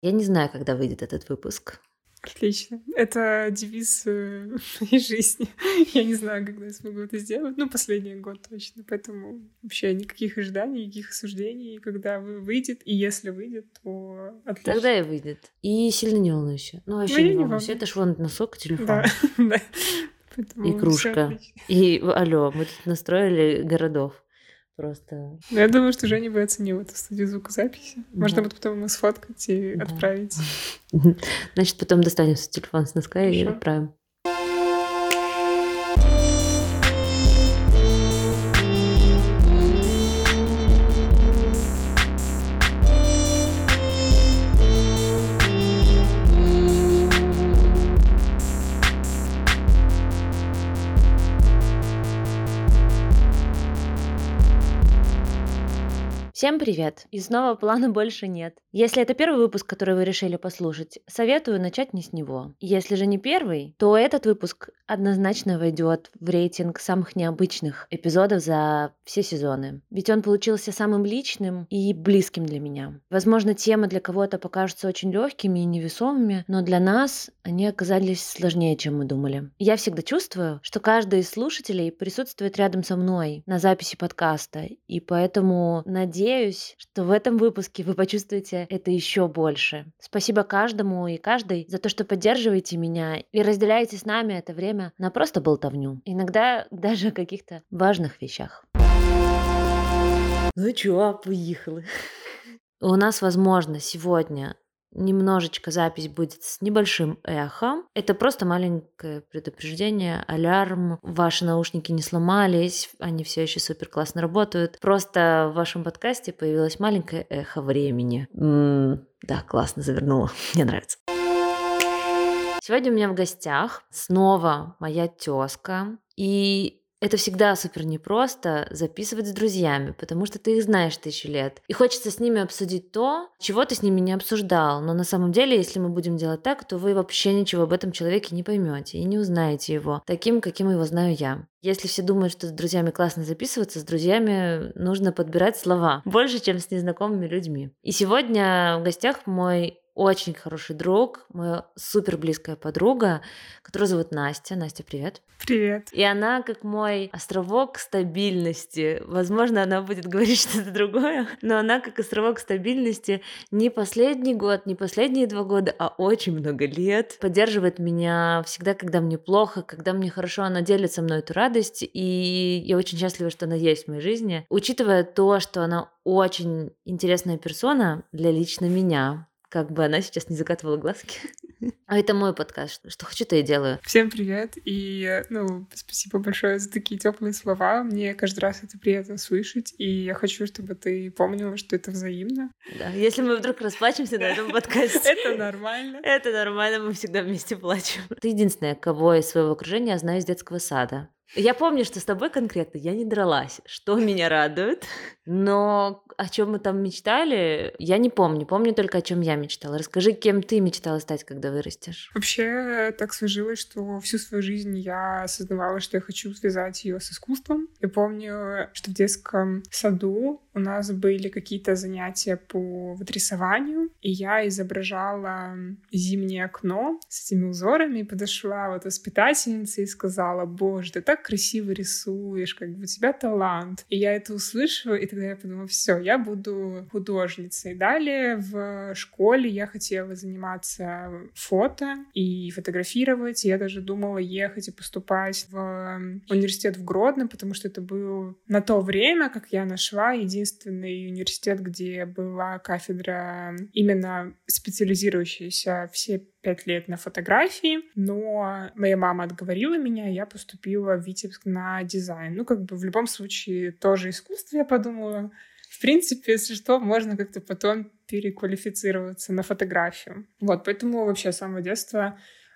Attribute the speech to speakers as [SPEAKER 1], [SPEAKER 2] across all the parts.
[SPEAKER 1] Я не знаю, когда выйдет этот выпуск.
[SPEAKER 2] Отлично. Это девиз моей жизни. Я не знаю, когда я смогу это сделать. Последний год точно. Поэтому вообще никаких ожиданий, никаких осуждений. Когда выйдет, и если выйдет, то отлично.
[SPEAKER 1] Тогда и выйдет. И сильно не волнуйся. Вообще не волнуйся. Это ж вон носок, телефон.
[SPEAKER 2] Да.
[SPEAKER 1] И кружка. И алло, мы тут настроили городов. Просто...
[SPEAKER 2] Я думаю, что Женя бы оценил эту студию звукозаписи. Можно будет потом ему сфоткать и отправить.
[SPEAKER 1] Значит, потом достанем телефон с носка и отправим. Всем привет! И снова плана больше нет. Если это первый выпуск, который вы решили послушать, советую начать не с него. Если же не первый, то этот выпуск однозначно войдет в рейтинг самых необычных эпизодов за все сезоны. Ведь он получился самым личным и близким для меня. Возможно, темы для кого-то покажутся очень легкими и невесомыми, но для нас они оказались сложнее, чем мы думали. Я всегда чувствую, что каждый из слушателей присутствует рядом со мной на записи подкаста, и поэтому надеюсь, что в этом выпуске вы почувствуете это еще больше. Спасибо каждому и каждой за то, что поддерживаете меня и разделяете с нами это время на просто болтовню. Иногда даже о каких-то важных вещах. Ну чё, поехали. У нас, возможно, сегодня немножечко запись будет с небольшим эхом. Это просто маленькое предупреждение, алярм. Ваши наушники не сломались, они все еще супер классно работают. Просто в вашем подкасте появилось маленькое эхо времени. Да, классно завернула. Мне нравится. Сегодня у меня в гостях снова моя тёзка. И это всегда супер непросто записывать с друзьями, потому что ты их знаешь 1000 лет. И хочется с ними обсудить то, чего ты с ними не обсуждал. Но на самом деле, если мы будем делать так, то вы вообще ничего об этом человеке не поймете и не узнаете его таким, каким его знаю я. Если все думают, что с друзьями классно записываться, с друзьями нужно подбирать слова больше, чем с незнакомыми людьми. И сегодня в гостях мой очень хороший друг, моя супер близкая подруга, которую зовут Настя. Настя, привет.
[SPEAKER 2] Привет.
[SPEAKER 1] И она как мой островок стабильности. Возможно, она будет говорить что-то другое, но она как островок стабильности не последний год, не последние 2 года, а очень много лет. Поддерживает меня всегда, когда мне плохо, когда мне хорошо, она делит со мной эту радость, и я очень счастлива, что она есть в моей жизни. Учитывая то, что она очень интересная персона для лично меня, как бы она сейчас не закатывала глазки. А это мой подкаст. Что хочу, то и делаю.
[SPEAKER 2] Всем привет. И, спасибо большое за такие теплые слова. Мне каждый раз это приятно слышать. И я хочу, чтобы ты помнила, что это взаимно.
[SPEAKER 1] Да, если мы вдруг расплачемся на этом подкасте.
[SPEAKER 2] Это нормально.
[SPEAKER 1] Это нормально, мы всегда вместе плачем. Ты единственная, кого из своего окружения я знаю из детского сада. Я помню, что с тобой конкретно я не дралась, что меня радует, но о чем мы там мечтали, я не помню. Помню только, о чем я мечтала. Расскажи, кем ты мечтала стать, когда вырастешь?
[SPEAKER 2] Вообще так сложилось, что всю свою жизнь я осознавала, что я хочу связать ее с искусством. Я помню, что в детском саду у нас были какие-то занятия по рисованию, и я изображала зимнее окно с этими узорами, и подошла воспитательница и сказала: «Боже, ты так красиво рисуешь, как бы у тебя талант». И я это услышала, и тогда я подумала: все, я буду художницей. Далее в школе я хотела заниматься фото и фотографировать. Я даже думала ехать и поступать в университет в Гродно, потому что это был на то время, как я нашла, единственный университет, где была кафедра, именно специализирующаяся все 5 лет на фотографии, но моя мама отговорила меня, и я поступила в Витебск на дизайн. В любом случае тоже искусство, я подумала. В принципе, если что, можно как-то потом переквалифицироваться на фотографию. Поэтому вообще с самого детства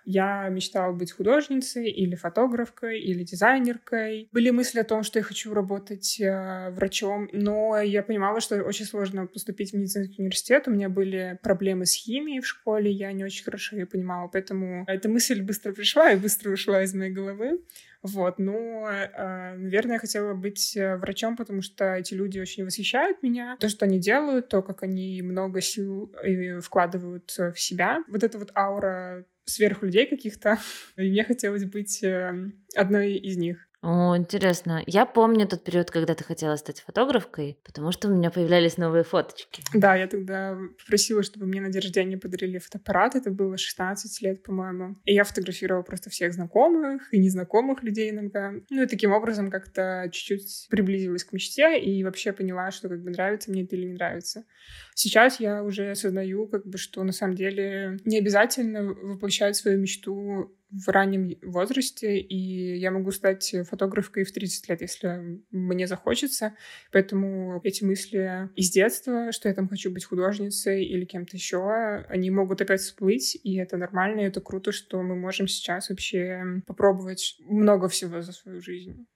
[SPEAKER 2] Я мечтала быть художницей или фотографкой, или дизайнеркой. Были мысли о том, что я хочу работать врачом, но я понимала, что очень сложно поступить в медицинский университет. У меня были проблемы с химией в школе, я не очень хорошо ее понимала, поэтому эта мысль быстро пришла и быстро ушла из моей головы. Вот, но, наверное, я хотела быть врачом, потому что эти люди очень восхищают меня. То, что они делают, то, как они много сил вкладывают в себя. Вот эта вот аура сверхлюдей каких-то. И мне хотелось быть одной из них.
[SPEAKER 1] О, интересно. Я помню тот период, когда ты хотела стать фотографкой, потому что у меня появлялись новые фоточки.
[SPEAKER 2] Да, я тогда попросила, чтобы мне на день рождения подарили фотоаппарат. Это было 16 лет, по-моему. И я фотографировала просто всех знакомых и незнакомых людей иногда. Ну и таким образом как-то чуть-чуть приблизилась к мечте и вообще поняла, что как бы нравится мне это или не нравится. Сейчас я уже осознаю, как бы, что на самом деле не обязательно воплощать свою мечту в раннем возрасте, и я могу стать фотографкой в 30 лет, если мне захочется. Поэтому эти мысли из детства, что я там хочу быть художницей или кем-то еще, они могут опять всплыть, и это нормально, и это круто, что мы можем сейчас вообще попробовать много всего за свою жизнь.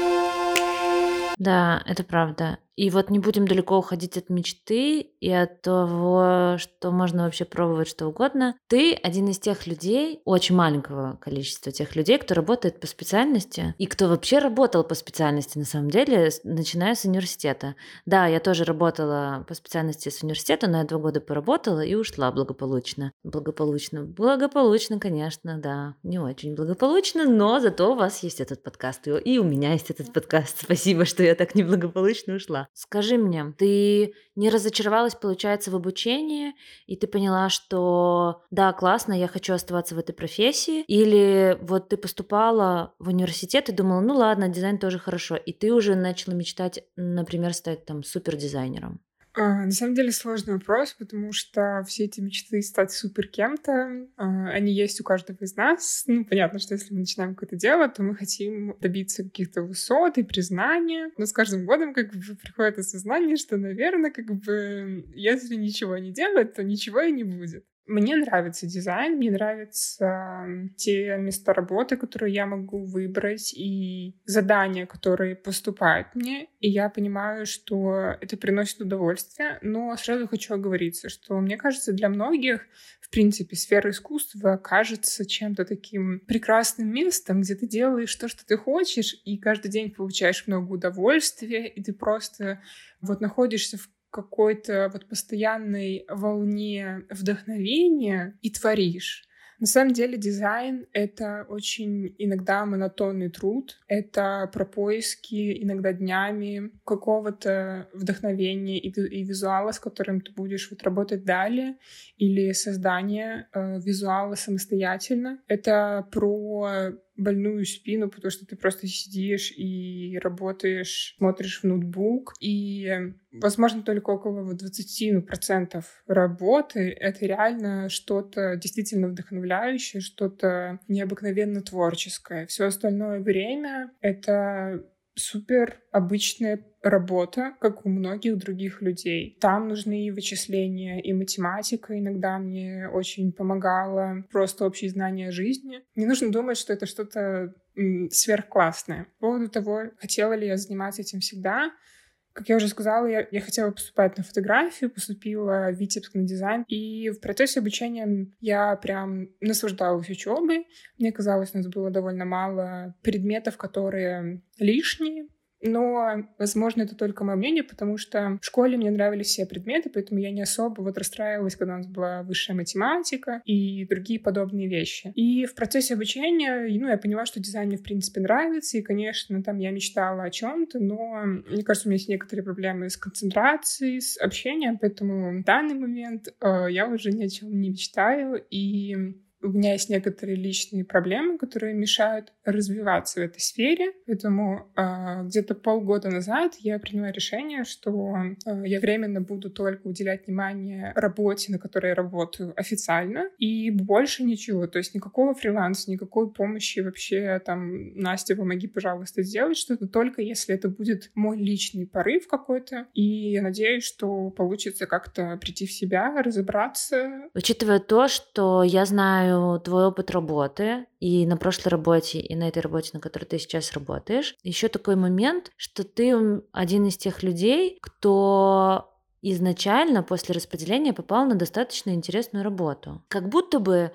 [SPEAKER 1] Да, это правда. И вот не будем далеко уходить от мечты и от того, что можно вообще пробовать что угодно. Ты один из тех людей, очень маленького количества тех людей, кто работает по специальности и кто вообще работал по специальности на самом деле, начиная с университета. Да, я тоже работала по специальности с университета, но я 2 года поработала и ушла благополучно. Благополучно, конечно, да. Не очень благополучно, но зато у вас есть этот подкаст, и у меня есть этот подкаст. Спасибо, что я так неблагополучно ушла. Скажи мне, ты не разочаровалась, получается, в обучении, и ты поняла, что да, классно, я хочу оставаться в этой профессии, или вот ты поступала в университет и думала, ну ладно, дизайн тоже хорошо, и ты уже начала мечтать, например, стать там супердизайнером?
[SPEAKER 2] На самом деле сложный вопрос, потому что все эти мечты стать супер кем-то, они есть у каждого из нас. Ну, понятно, что если мы начинаем какое-то дело, то мы хотим добиться каких-то высот и признания. Но с каждым годом как бы приходит осознание, что, наверное, как бы если ничего не делать, то ничего и не будет. Мне нравится дизайн, мне нравятся те места работы, которые я могу выбрать, и задания, которые поступают мне. И я понимаю, что это приносит удовольствие. Но сразу хочу оговориться, что, мне кажется, для многих, в принципе, сфера искусства кажется чем-то таким прекрасным местом, где ты делаешь то, что ты хочешь, и каждый день получаешь много удовольствия, и ты просто вот находишься в какой-то вот постоянной волне вдохновения и творишь. На самом деле дизайн — это очень иногда монотонный труд. Это про поиски иногда днями какого-то вдохновения и визуала, с которым ты будешь вот работать далее, или создание визуала самостоятельно. Это про больную спину, потому что ты просто сидишь и работаешь, смотришь в ноутбук, и, возможно, только около 20% работы — это реально что-то действительно вдохновляющее, что-то необыкновенно творческое. Все остальное время — это супер обычная работа, как у многих других людей. Там нужны и вычисления, и математика. Иногда мне очень помогало просто общее знание жизни. Не нужно думать, что это что-то сверхклассное. По поводу того, хотела ли я заниматься этим всегда, как я уже сказала, я хотела поступать на фотографию, поступила в Витебск на дизайн, и в процессе обучения я прям наслаждалась учебой. Мне казалось, у нас было довольно мало предметов, которые лишние. Но, возможно, это только мое мнение, потому что в школе мне нравились все предметы, поэтому я не особо вот расстраивалась, когда у нас была высшая математика и другие подобные вещи. И в процессе обучения, ну, я поняла, что дизайн мне, в принципе, нравится, и, конечно, там я мечтала о чем-то, но, мне кажется, у меня есть некоторые проблемы с концентрацией, с общением, поэтому в данный момент я уже ни о чем не мечтаю, и у меня есть некоторые личные проблемы, которые мешают развиваться в этой сфере. Поэтому где-то полгода назад я приняла решение, что я временно буду только уделять внимание работе, на которой я работаю официально, и больше ничего. То есть никакого фриланса, никакой помощи вообще там: Настя, помоги, пожалуйста, сделать что-то, только если это будет мой личный порыв какой-то. И я надеюсь, что получится как-то прийти в себя, разобраться.
[SPEAKER 1] Учитывая то, что я знаю знаю твой опыт работы и на прошлой работе, и на этой работе, на которой ты сейчас работаешь. Еще такой момент, что ты один из тех людей, кто изначально после распределения попал на достаточно интересную работу. Как будто бы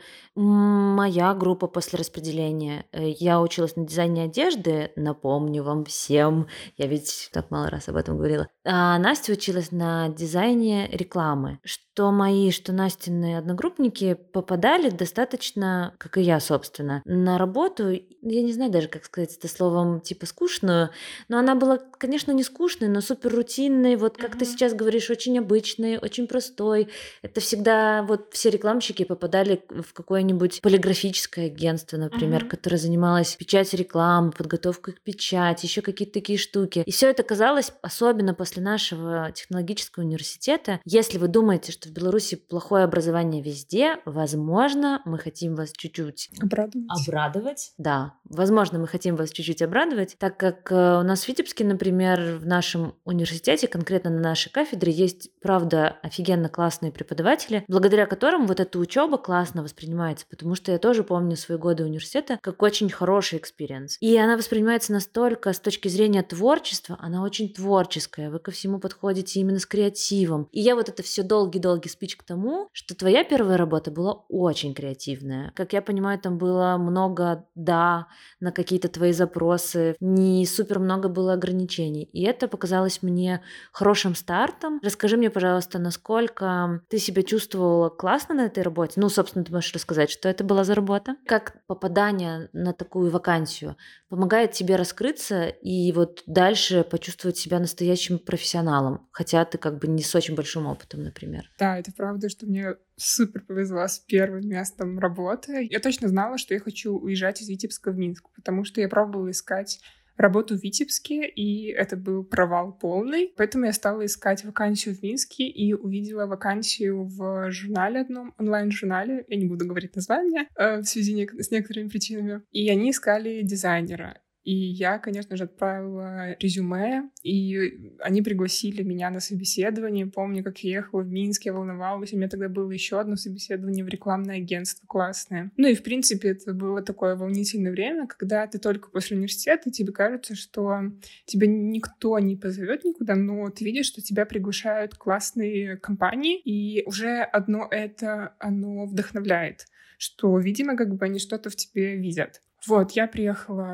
[SPEAKER 1] моя группа после распределения, я училась на дизайне одежды, напомню вам всем, я ведь так мало раз об этом говорила, а Настя училась на дизайне рекламы. Что мои, что Настины одногруппники попадали достаточно, как и я, собственно, на работу, я не знаю даже, как сказать это словом, типа скучную, но она была, конечно, не скучной, но супер рутинной, вот как ты сейчас говоришь, очень обычной, очень простой. Это всегда вот все рекламщики попадали в какое-нибудь полиграфическое агентство, например, которое занималось печатью рекламы, подготовкой к печати, еще какие-то такие штуки. И все это казалось, особенно после нашего технологического университета, если вы думаете, что в Беларуси плохое образование везде, возможно, мы хотим вас чуть-чуть обрадовать. Да, возможно, мы хотим вас чуть-чуть обрадовать, так как у нас в Витебске, например, в нашем университете, конкретно на нашей кафедре, есть, правда, офигенно классные преподаватели, благодаря которым вот эта учеба классно воспринимается, потому что я тоже помню свои годы университета как очень хороший экспириенс. И она воспринимается настолько с точки зрения творчества, она очень творческая, вы ко всему подходите именно с креативом. И я вот это все долгий-долгий спич к тому, что твоя первая работа была очень креативная. Как я понимаю, там было много «да» на какие-то твои запросы, не супер много было ограничений. И это показалось мне хорошим стартом. Расскажи мне, пожалуйста, насколько ты себя чувствовала классно на этой работе? Ну, собственно, ты можешь рассказать, что это была за работа? Как попадание на такую вакансию помогает тебе раскрыться и вот дальше почувствовать себя настоящим профессионалом, хотя ты как бы не с очень большим опытом, например?
[SPEAKER 2] Да, это правда, что мне супер повезло с первым местом работы. Я точно знала, что я хочу уезжать из Витебска в Минск, потому что я пробовала искать работу в Витебске, и это был провал полный. Поэтому я стала искать вакансию в Минске и увидела вакансию в журнале одном, онлайн-журнале. Я не буду говорить название в связи с некоторыми причинами. И они искали дизайнера. И я, конечно же, отправила резюме, и они пригласили меня на собеседование. Помню, как я ехала в Минск, я волновалась. У меня тогда было еще одно собеседование в рекламное агентство классное. Ну и, в принципе, это было такое волнительное время, когда ты только после университета, тебе кажется, что тебя никто не позовет никуда, но ты видишь, что тебя приглашают классные компании, и уже одно это, оно вдохновляет, что, видимо, как бы они что-то в тебе видят. Вот, я приехала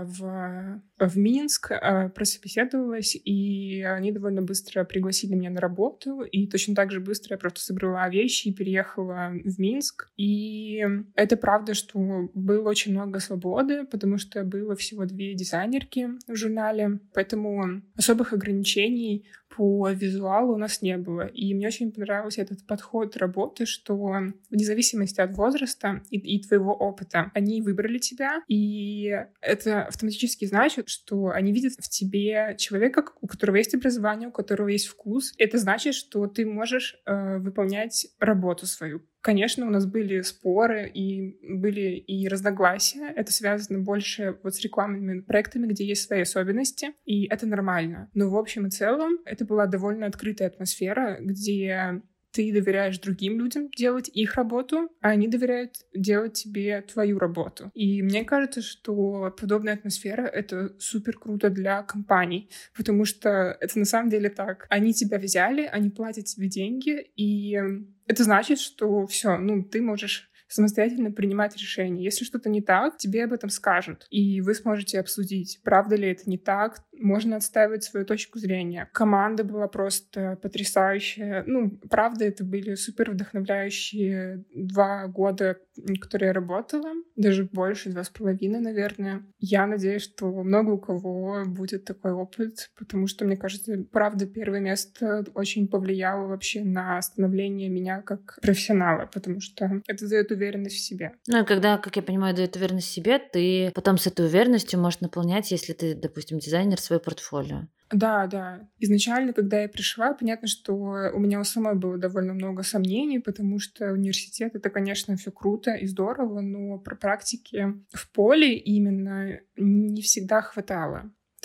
[SPEAKER 2] в Минск, прособеседовалась, и они довольно быстро пригласили меня на работу, и точно так же быстро я просто собрала вещи и переехала в Минск. И это правда, что было очень много свободы, потому что было всего 2 дизайнерки в журнале, поэтому особых ограничений по визуалу у нас не было. И мне очень понравился этот подход работы, что вне зависимости от возраста и твоего опыта они выбрали тебя, и это автоматически значит, что они видят в тебе человека, у которого есть образование, у которого есть вкус. Это значит, что ты можешь выполнять работу свою. Конечно, у нас были споры и были и разногласия. Это связано больше вот с рекламными проектами, где есть свои особенности, и это нормально. Но в общем и целом это была довольно открытая атмосфера, где ты доверяешь другим людям делать их работу, а они доверяют делать тебе твою работу. И мне кажется, что подобная атмосфера — это супер круто для компаний, потому что это на самом деле так. Они тебя взяли, они платят тебе деньги, и это значит, что все, ты можешь самостоятельно принимать решения. Если что-то не так, тебе об этом скажут, и вы сможете обсудить, правда ли это не так, можно отстаивать свою точку зрения. Команда была просто потрясающая. Правда, это были супер вдохновляющие 2 года, которые я работала, даже больше, 2,5, наверное. Я надеюсь, что много у кого будет такой опыт, потому что, мне кажется, правда, первое место очень повлияло вообще на становление меня как профессионала, потому что это дает уверенность в себе.
[SPEAKER 1] Ну и когда, как я понимаю, дает уверенность в себе, ты потом с этой уверенностью можешь наполнять, если ты, допустим, дизайнер, свое портфолио.
[SPEAKER 2] Да. Изначально, когда я пришла, понятно, что у меня у самой было довольно много сомнений, потому что университет — это, конечно, все круто и здорово, но про практики в поле именно не всегда хватало.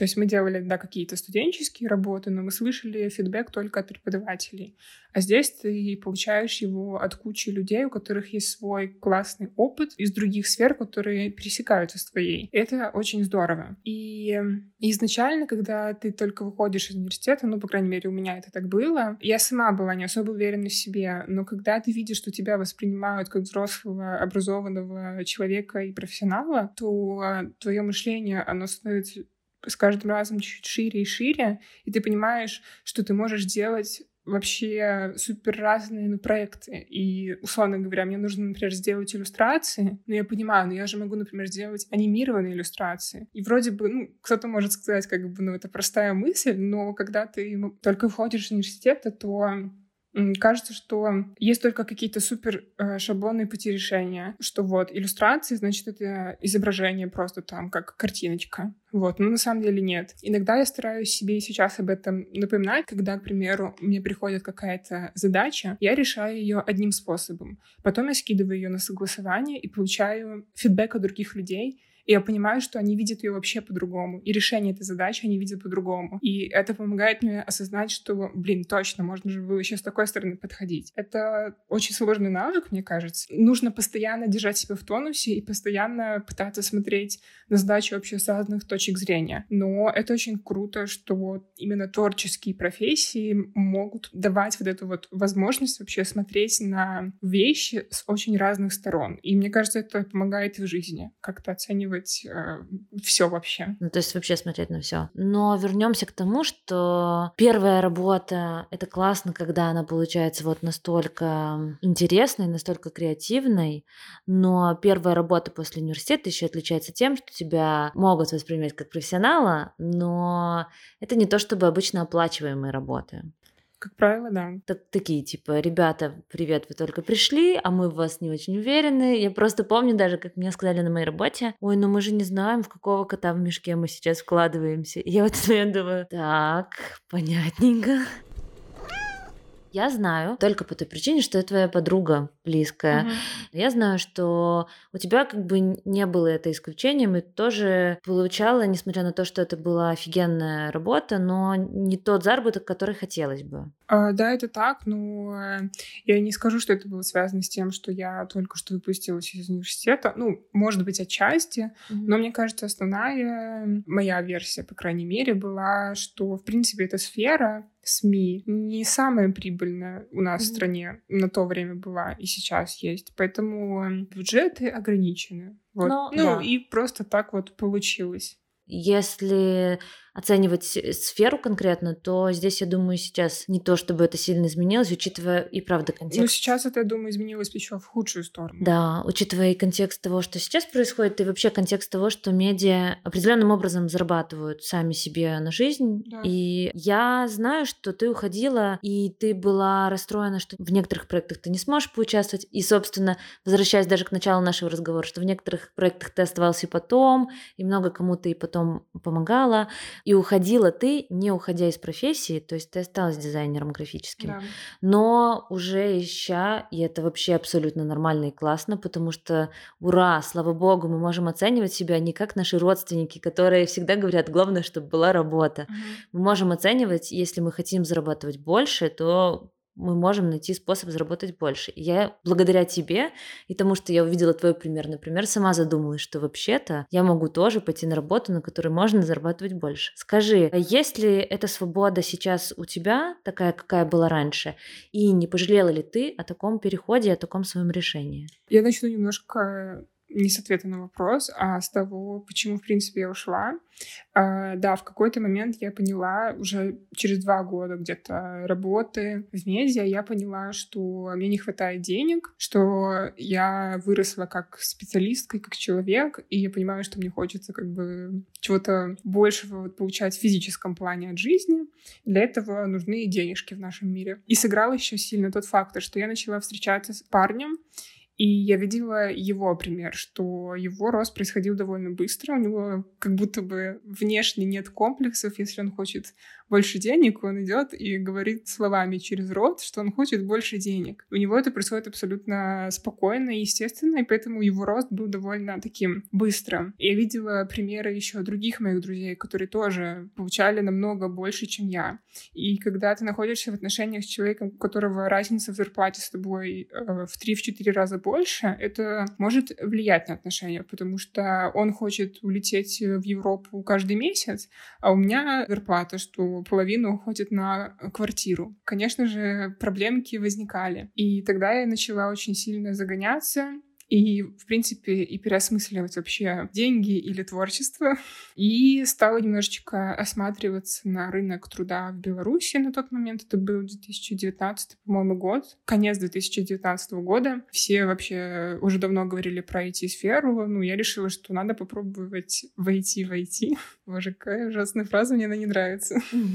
[SPEAKER 2] То есть мы делали, да, какие-то студенческие работы, но мы слышали фидбэк только от преподавателей. А здесь ты получаешь его от кучи людей, у которых есть свой классный опыт из других сфер, которые пересекаются с твоей. Это очень здорово. И изначально, когда ты только выходишь из университета, ну, по крайней мере, у меня это так было, я сама была не особо уверена в себе, но когда ты видишь, что тебя воспринимают как взрослого, образованного человека и профессионала, то твое мышление, оно становится с каждым разом чуть шире и шире, и ты понимаешь, что ты можешь делать вообще супер разные проекты. И, условно говоря, мне нужно, например, сделать иллюстрации, но я понимаю, но я же могу, например, сделать анимированные иллюстрации. И вроде бы, ну, кто-то может сказать, как бы, ну, это простая мысль, но когда ты только выходишь из университета, то кажется, что есть только какие-то супер шаблонные пути решения, что вот иллюстрации, значит, это изображение просто там как картиночка. Вот, но на самом деле нет. Иногда я стараюсь себе и сейчас об этом напоминать, когда, к примеру, мне приходит какая-то задача, я решаю ее одним способом. Потом я скидываю ее на согласование и получаю фидбэк от других людей, и я понимаю, что они видят ее вообще по-другому. И решение этой задачи они видят по-другому. И это помогает мне осознать, что, блин, точно, можно же было еще с такой стороны подходить. Это очень сложный навык, мне кажется. Нужно постоянно держать себя в тонусе и постоянно пытаться смотреть на задачу вообще с разных точек зрения. Но это очень круто, что именно творческие профессии могут давать вот эту вот возможность вообще смотреть на вещи с очень разных сторон. И мне кажется, это помогает и в жизни как-то оценивать все вообще.
[SPEAKER 1] Ну, то есть вообще смотреть на все. Но вернемся к тому, что первая работа — это классно, когда она получается вот настолько интересной, настолько креативной, но первая работа после университета еще отличается тем, что тебя могут воспринимать как профессионала, но это не то чтобы обычно оплачиваемые работы.
[SPEAKER 2] Как правило, да.
[SPEAKER 1] Такие, типа, ребята, привет, вы только пришли, а мы в вас не очень уверены. Я просто помню даже, как мне сказали на моей работе, ой, ну мы же не знаем, в какого кота в мешке мы сейчас вкладываемся. И я в этот момент думаю, так, понятненько. Я знаю только по той причине, что это твоя подруга близкая. Я знаю, что у тебя как бы не было это исключением, и ты тоже получала, несмотря на то, что это была офигенная работа, но не тот заработок, который хотелось бы.
[SPEAKER 2] Да, это так, но я не скажу, что это было связано с тем, что я только что выпустилась из университета. Ну, может быть, отчасти, но мне кажется, основная моя версия, по крайней мере, была, что, в принципе, эта сфера СМИ не самая прибыльная у нас в стране на то время была и сейчас есть. Поэтому бюджеты ограничены. Вот.
[SPEAKER 1] Да.
[SPEAKER 2] И просто так вот получилось.
[SPEAKER 1] Если оценивать сферу конкретно, то здесь, я думаю, сейчас не то, чтобы это сильно изменилось, учитывая и правда контекст.
[SPEAKER 2] Ну, сейчас это, я думаю, изменилось еще в худшую сторону.
[SPEAKER 1] Да, учитывая и контекст того, что сейчас происходит, и вообще контекст того, что медиа определенным образом зарабатывают сами себе на жизнь.
[SPEAKER 2] Да.
[SPEAKER 1] И я знаю, что ты уходила, и ты была расстроена, что в некоторых проектах ты не сможешь поучаствовать. И, собственно, возвращаясь даже к началу нашего разговора, что в некоторых проектах ты оставалась и потом, и много кому ты и потом помогала. И уходила ты, не уходя из профессии, то есть ты осталась дизайнером графическим,
[SPEAKER 2] Да.
[SPEAKER 1] но уже ища, и это вообще абсолютно нормально и классно, потому что, ура, слава богу, мы можем оценивать себя не как наши родственники, которые всегда говорят, главное, чтобы была работа. Мы можем оценивать, если мы хотим зарабатывать больше, то мы можем найти способ заработать больше. И я благодаря тебе и тому, что я увидела твой пример, например, сама задумалась, что вообще-то я могу тоже пойти на работу, на которой можно зарабатывать больше. Скажи, а есть ли эта свобода сейчас у тебя такая, какая была раньше? И не пожалела ли ты о таком переходе, о таком своем решении?
[SPEAKER 2] Я начну немножко не с ответа на вопрос, а с того, почему, в принципе, я ушла. Да, в какой-то момент я поняла, уже через 2 года где-то работы в медиа, я поняла, что мне не хватает денег, что я выросла как специалистка, как человек, и я понимаю, что мне хочется как бы чего-то большего получать в физическом плане от жизни. Для этого нужны денежки в нашем мире. И сыграл еще сильно тот фактор, что я начала встречаться с парнем, и я видела его пример, что его рост происходил довольно быстро. У него как будто бы внешне нет комплексов, если он хочет больше денег, он идет и говорит словами через рот, что он хочет больше денег. У него это происходит абсолютно спокойно и естественно, и поэтому его рост был довольно таким быстрым. Я видела примеры еще других моих друзей, которые тоже получали намного больше, чем я. И когда ты находишься в отношениях с человеком, у которого разница в зарплате с тобой в 3-4 раза больше, это может влиять на отношения, потому что он хочет улететь в Европу каждый месяц, а у меня зарплата, что половину уходит на квартиру. Конечно же, проблемки возникали. И тогда я начала очень сильно загоняться, и, в принципе, и переосмысливать вообще деньги или творчество. И стала немножечко осматриваться на рынок труда в Беларуси на тот момент. Это был 2019, по-моему, год. Конец 2019 года. Все вообще уже давно говорили про IT-сферу. Ну, я решила, что надо попробовать войти в IT. Боже, какая ужасная фраза, мне она не нравится.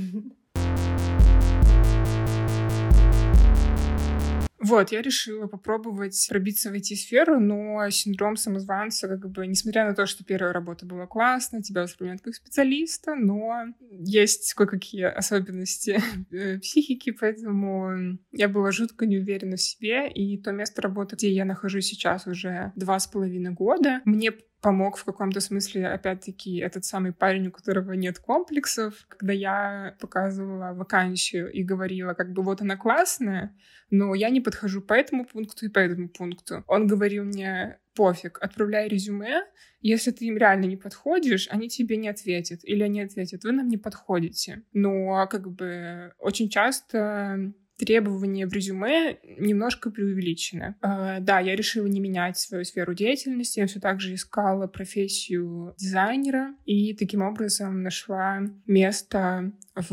[SPEAKER 2] Вот, я решила попробовать пробиться в IT-сферу, но синдром самозванца, как бы, несмотря на то, что первая работа была классная, тебя воспринимают как специалиста, но есть кое-какие особенности психики, поэтому я была жутко не уверена в себе, и то место работы, где я нахожусь сейчас уже 2,5 года, мне помог в каком-то смысле, опять-таки, этот самый парень, у которого нет комплексов, когда я показывала вакансию и говорила, как бы, вот она классная, но я не подхожу по этому пункту и по этому пункту. Он говорил мне: пофиг, отправляй резюме, если ты им реально не подходишь, они тебе не ответят. Или они ответят: вы нам не подходите. Но, как бы, очень часто требования в резюме немножко преувеличены. Да, я решила не менять свою сферу деятельности, я все так же искала профессию дизайнера и таким образом нашла место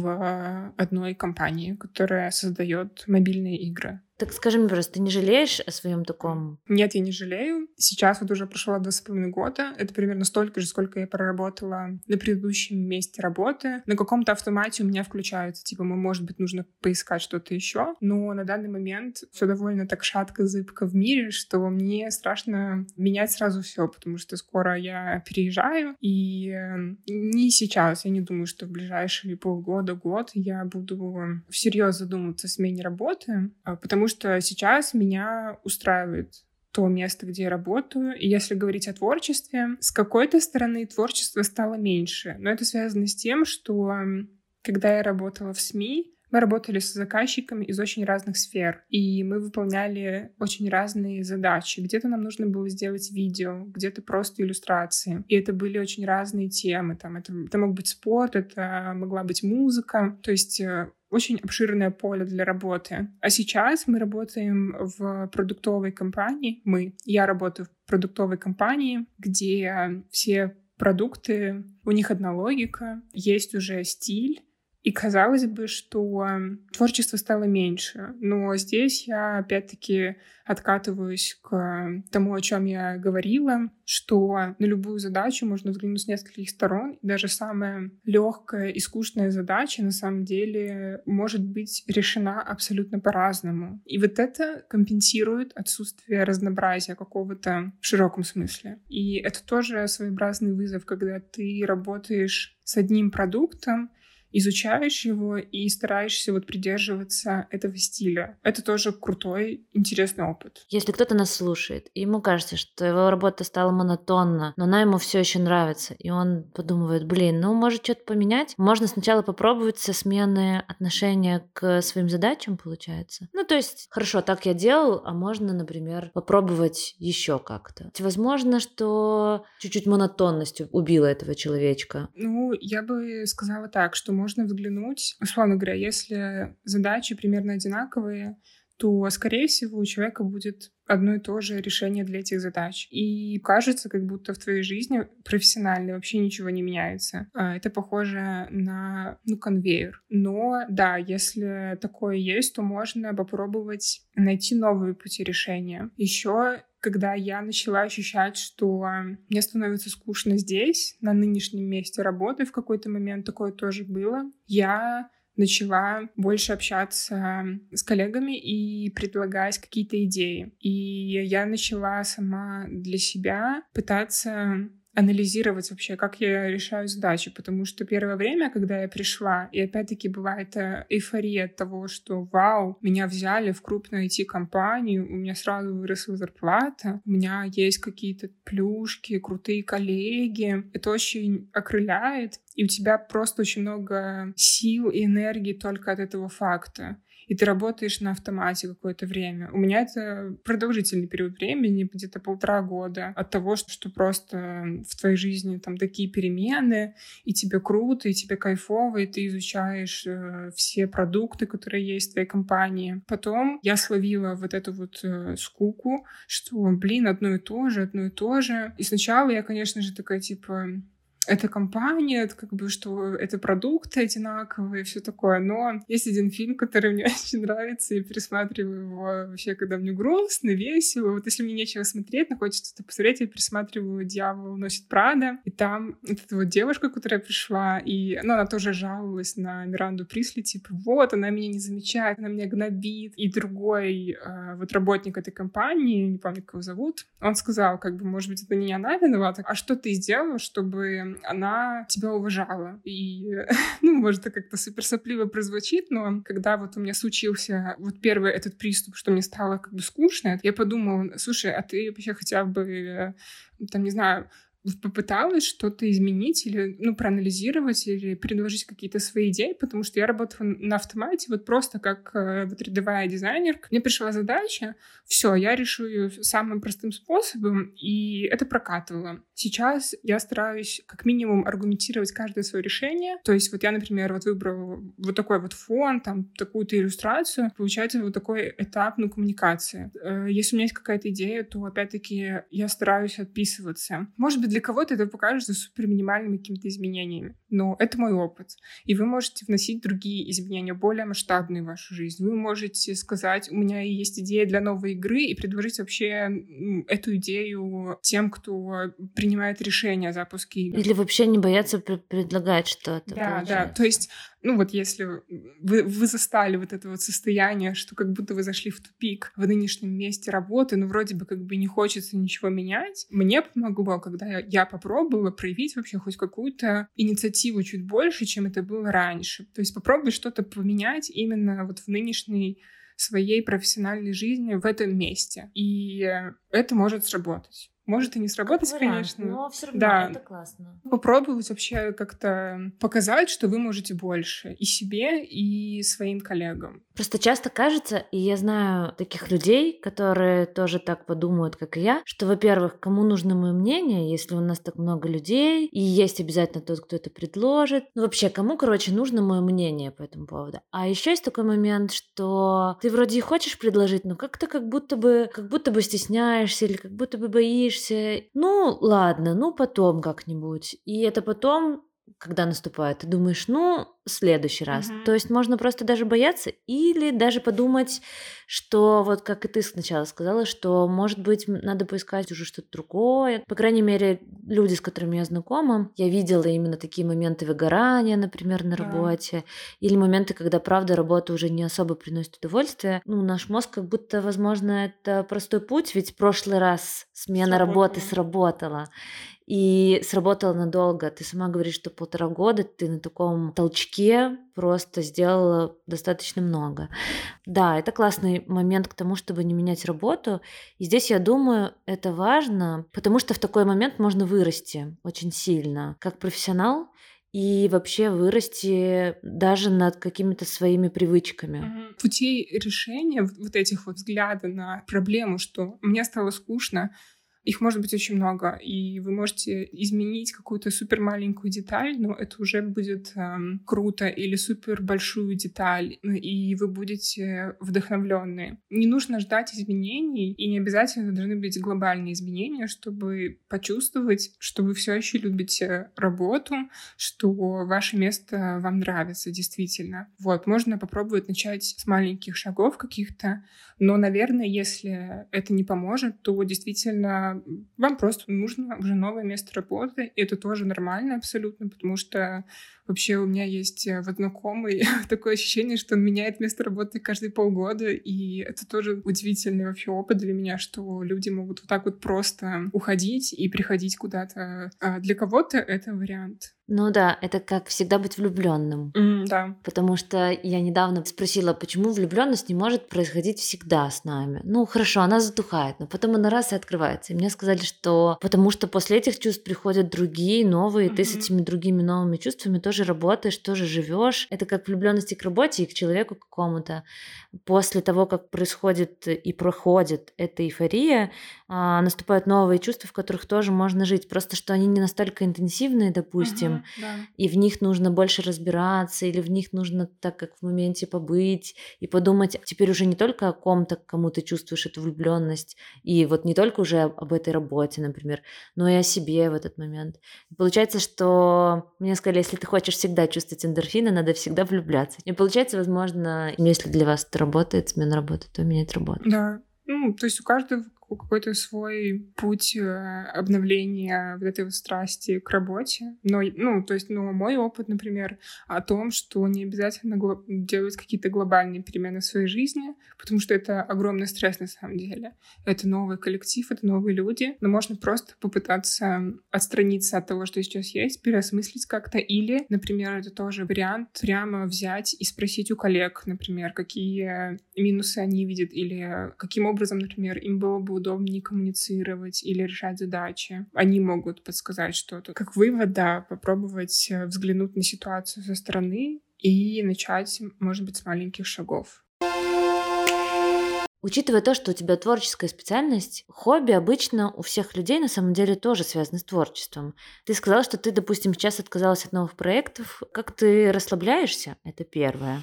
[SPEAKER 2] в одной компании, которая создает мобильные игры.
[SPEAKER 1] Так скажи мне, просто, ты не жалеешь о своем таком?
[SPEAKER 2] Нет, я не жалею. Сейчас вот уже прошло 2,5 года. Это примерно столько же, сколько я проработала на предыдущем месте работы. На каком-то автомате у меня включаются, типа, может быть, нужно поискать что-то еще. Но на данный момент все довольно так шатко, зыбко в мире, что мне страшно менять сразу все, потому что скоро я переезжаю, и не сейчас. Я не думаю, что в ближайшие полгода, год я буду всерьез задумываться о смене работы, потому что сейчас меня устраивает то место, где я работаю. И если говорить о творчестве, с какой-то стороны творчество стало меньше. Но это связано с тем, что когда я работала в СМИ, мы работали с заказчиками из очень разных сфер, и мы выполняли очень разные задачи. Где-то нам нужно было сделать видео, где-то просто иллюстрации. И это были очень разные темы. Это мог быть спорт, это могла быть музыка. То есть очень обширное поле для работы. А сейчас мы работаем в продуктовой компании. Я работаю в продуктовой компании, где все продукты, у них одна логика, есть уже стиль. И казалось бы, что творчество стало меньше. Но здесь я опять-таки откатываюсь к тому, о чем я говорила, что на любую задачу можно взглянуть с нескольких сторон. И даже самая легкая и скучная задача на самом деле может быть решена абсолютно по-разному. И вот это компенсирует отсутствие разнообразия какого-то в широком смысле. И это тоже своеобразный вызов, когда ты работаешь с одним продуктом, изучаешь его и стараешься вот придерживаться этого стиля. Это тоже крутой, интересный опыт.
[SPEAKER 1] Если кто-то нас слушает, и ему кажется, что его работа стала монотонна, но она ему все еще нравится, и он подумывает: может что-то поменять? Можно сначала попробовать со смены отношения к своим задачам, получается. То есть, хорошо, так я делал, а можно, например, попробовать еще как-то. Возможно, что чуть-чуть монотонность убила этого человечка.
[SPEAKER 2] Я бы сказала так, что можно взглянуть, условно говоря, если задачи примерно одинаковые, то, скорее всего, у человека будет одно и то же решение для этих задач. И кажется, как будто в твоей жизни профессионально вообще ничего не меняется. Это похоже на, конвейер. Но да, если такое есть, то можно попробовать найти новые пути решения. Еще когда я начала ощущать, что мне становится скучно здесь, на нынешнем месте работы, в какой-то момент такое тоже было, я начала больше общаться с коллегами и предлагать какие-то идеи. И я начала сама для себя пытаться анализировать вообще, как я решаю задачи, потому что первое время, когда я пришла, и опять-таки была эта эйфория от того, что вау, меня взяли в крупную IT-компанию, у меня сразу выросла зарплата, у меня есть какие-то плюшки, крутые коллеги. Это очень окрыляет, и у тебя просто очень много сил и энергии только от этого факта. И ты работаешь на автомате какое-то время. У меня это продолжительный период времени, где-то 1,5 года, от того, что просто в твоей жизни там такие перемены, и тебе круто, и тебе кайфово, и ты изучаешь все продукты, которые есть в твоей компании. Потом я словила вот эту вот скуку, что, блин, одно и то же, одно и то же. И сначала я, конечно же, такая, типа... Это компания, это как бы, что это продукты одинаковые, все такое. Но есть один фильм, который мне очень нравится, я пересматриваю его вообще, когда мне грустно, весело. Вот если мне нечего смотреть, но хочется что-то посмотреть, я пересматриваю «Дьявол носит Прада». И там вот эта вот девушка, которая пришла, и она тоже жаловалась на Миранду Присли, типа, вот, она меня не замечает, она меня гнобит. И другой вот работник этой компании, не помню, как его зовут, он сказал, как бы, может быть, это не она виновата, а что ты сделала, чтобы она тебя уважала. И, ну, может, это как-то супер сопливо прозвучит, но когда вот у меня случился вот первый этот приступ, что мне стало как бы скучно, я подумала, слушай, а ты вообще хотя бы, там, не знаю, попыталась что-то изменить или, ну, проанализировать или предложить какие-то свои идеи, потому что я работала на автомате вот просто как вот рядовая дизайнерка. Мне пришла задача, все, я решу ее самым простым способом, и это прокатывало. Сейчас я стараюсь как минимум аргументировать каждое свое решение. То есть вот я, например, вот выбрала вот такой вот фон, там, такую-то иллюстрацию, получается вот такой этап, ну, коммуникации. Если у меня есть какая-то идея, то, опять-таки, я стараюсь отписываться. Может быть, для кого-то это покажется супер минимальными какими-то изменениями, но это мой опыт. И вы можете вносить другие изменения, более масштабные в вашу жизнь. Вы можете сказать, у меня есть идея для новой игры, и предложить вообще эту идею тем, кто принимает решение о запуске игр.
[SPEAKER 1] Или вообще не бояться предлагать что-то.
[SPEAKER 2] Да. То есть, ну вот если вы застали вот это вот состояние, что как будто вы зашли в тупик в нынешнем месте работы, но вроде бы как бы не хочется ничего менять, мне помогло, когда я попробовала проявить вообще хоть какую-то инициативу чуть больше, чем это было раньше. То есть попробовать что-то поменять именно вот в нынешней своей профессиональной жизни в этом месте. И это может сработать. Может и не сработать,
[SPEAKER 1] как вариант,
[SPEAKER 2] конечно.
[SPEAKER 1] Но все равно
[SPEAKER 2] да.
[SPEAKER 1] Это классно.
[SPEAKER 2] Попробовать вообще как-то показать, что вы можете больше и себе, и своим коллегам.
[SPEAKER 1] Просто часто кажется, и я знаю таких людей, которые тоже так подумают, как и я, что, во-первых, кому нужно мое мнение, если у нас так много людей, и есть обязательно тот, кто это предложит. Ну, вообще, кому, нужно мое мнение по этому поводу. А еще есть такой момент, что ты вроде и хочешь предложить, но как-то как будто бы стесняешься или как будто бы боишься. Ну, ладно, ну, потом как-нибудь. И это потом, когда наступает, ты думаешь, ну, в следующий раз. То есть можно просто даже бояться или даже подумать, что вот как и ты сначала сказала, что, может быть, надо поискать уже что-то другое. По крайней мере, люди, с которыми я знакома, я видела именно такие моменты выгорания, например, на работе, или моменты, когда, правда, работа уже не особо приносит удовольствие. Ну, наш мозг как будто, возможно, это простой путь, ведь в прошлый раз смена работы сработала. И сработало надолго. Ты сама говоришь, что 1,5 года ты на таком толчке просто сделала достаточно много. Да, это классный момент к тому, чтобы не менять работу. И здесь, я думаю, это важно, потому что в такой момент можно вырасти очень сильно, как профессионал, и вообще вырасти даже над какими-то своими привычками.
[SPEAKER 2] Путей решения вот этих вот взглядов на проблему, что мне стало скучно, их может быть очень много, и вы можете изменить какую-то супер маленькую деталь, но это уже будет круто, или супер большую деталь, и вы будете вдохновленные. Не нужно ждать изменений, и не обязательно должны быть глобальные изменения, чтобы почувствовать, что вы все еще любите работу, что ваше место вам нравится действительно. Вот, можно попробовать начать с маленьких шагов каких-то, но, наверное, если это не поможет, то действительно вам просто нужно уже новое место работы, и это тоже нормально абсолютно, потому что Вообще у меня есть вот знакомый такое ощущение, что он меняет место работы каждые полгода, и это тоже удивительный вообще опыт для меня, что люди могут вот так вот просто уходить и приходить куда-то. А для кого-то это вариант.
[SPEAKER 1] Ну да, это как всегда быть влюбленным.
[SPEAKER 2] Да.
[SPEAKER 1] Потому что я недавно спросила, почему влюбленность не может происходить всегда с нами. Ну хорошо, она затухает, но потом она раз и открывается. И мне сказали, что потому что после этих чувств приходят другие, новые, ты с этими другими новыми чувствами тоже работаешь, тоже живешь. Это как влюбленность к работе, и к человеку какому-то. После того, как происходит и проходит эта эйфория, наступают новые чувства, в которых тоже можно жить. Просто что они не настолько интенсивные, допустим,
[SPEAKER 2] Да.
[SPEAKER 1] и в них нужно больше разбираться, или в них нужно так, как в моменте побыть, и подумать теперь уже не только о ком-то, кому ты чувствуешь эту влюбленность, и вот не только уже об этой работе, например, но и о себе в этот момент. И получается, что мне сказали, если ты хочешь всегда чувствовать эндорфины, надо всегда влюбляться. И получается, возможно, если для вас это работает, смена работы, то менять работу.
[SPEAKER 2] Да. То есть у каждого какой-то свой путь обновления вот этой вот страсти к работе. Но мой опыт, например, о том, что не обязательно делать какие-то глобальные перемены в своей жизни, потому что это огромный стресс на самом деле. Это новый коллектив, это новые люди, но можно просто попытаться отстраниться от того, что сейчас есть, переосмыслить как-то, или, например, это тоже вариант, прямо взять и спросить у коллег, например, какие минусы они видят, или каким образом, например, им было бы удобнее коммуницировать или решать задачи. Они могут подсказать что-то. Как вывод, да, попробовать взглянуть на ситуацию со стороны и начать, может быть, с маленьких шагов.
[SPEAKER 1] Учитывая то, что у тебя творческая специальность, хобби обычно у всех людей на самом деле тоже связаны с творчеством. Ты сказала, что ты, допустим, сейчас отказалась от новых проектов. Как ты расслабляешься? Это первое.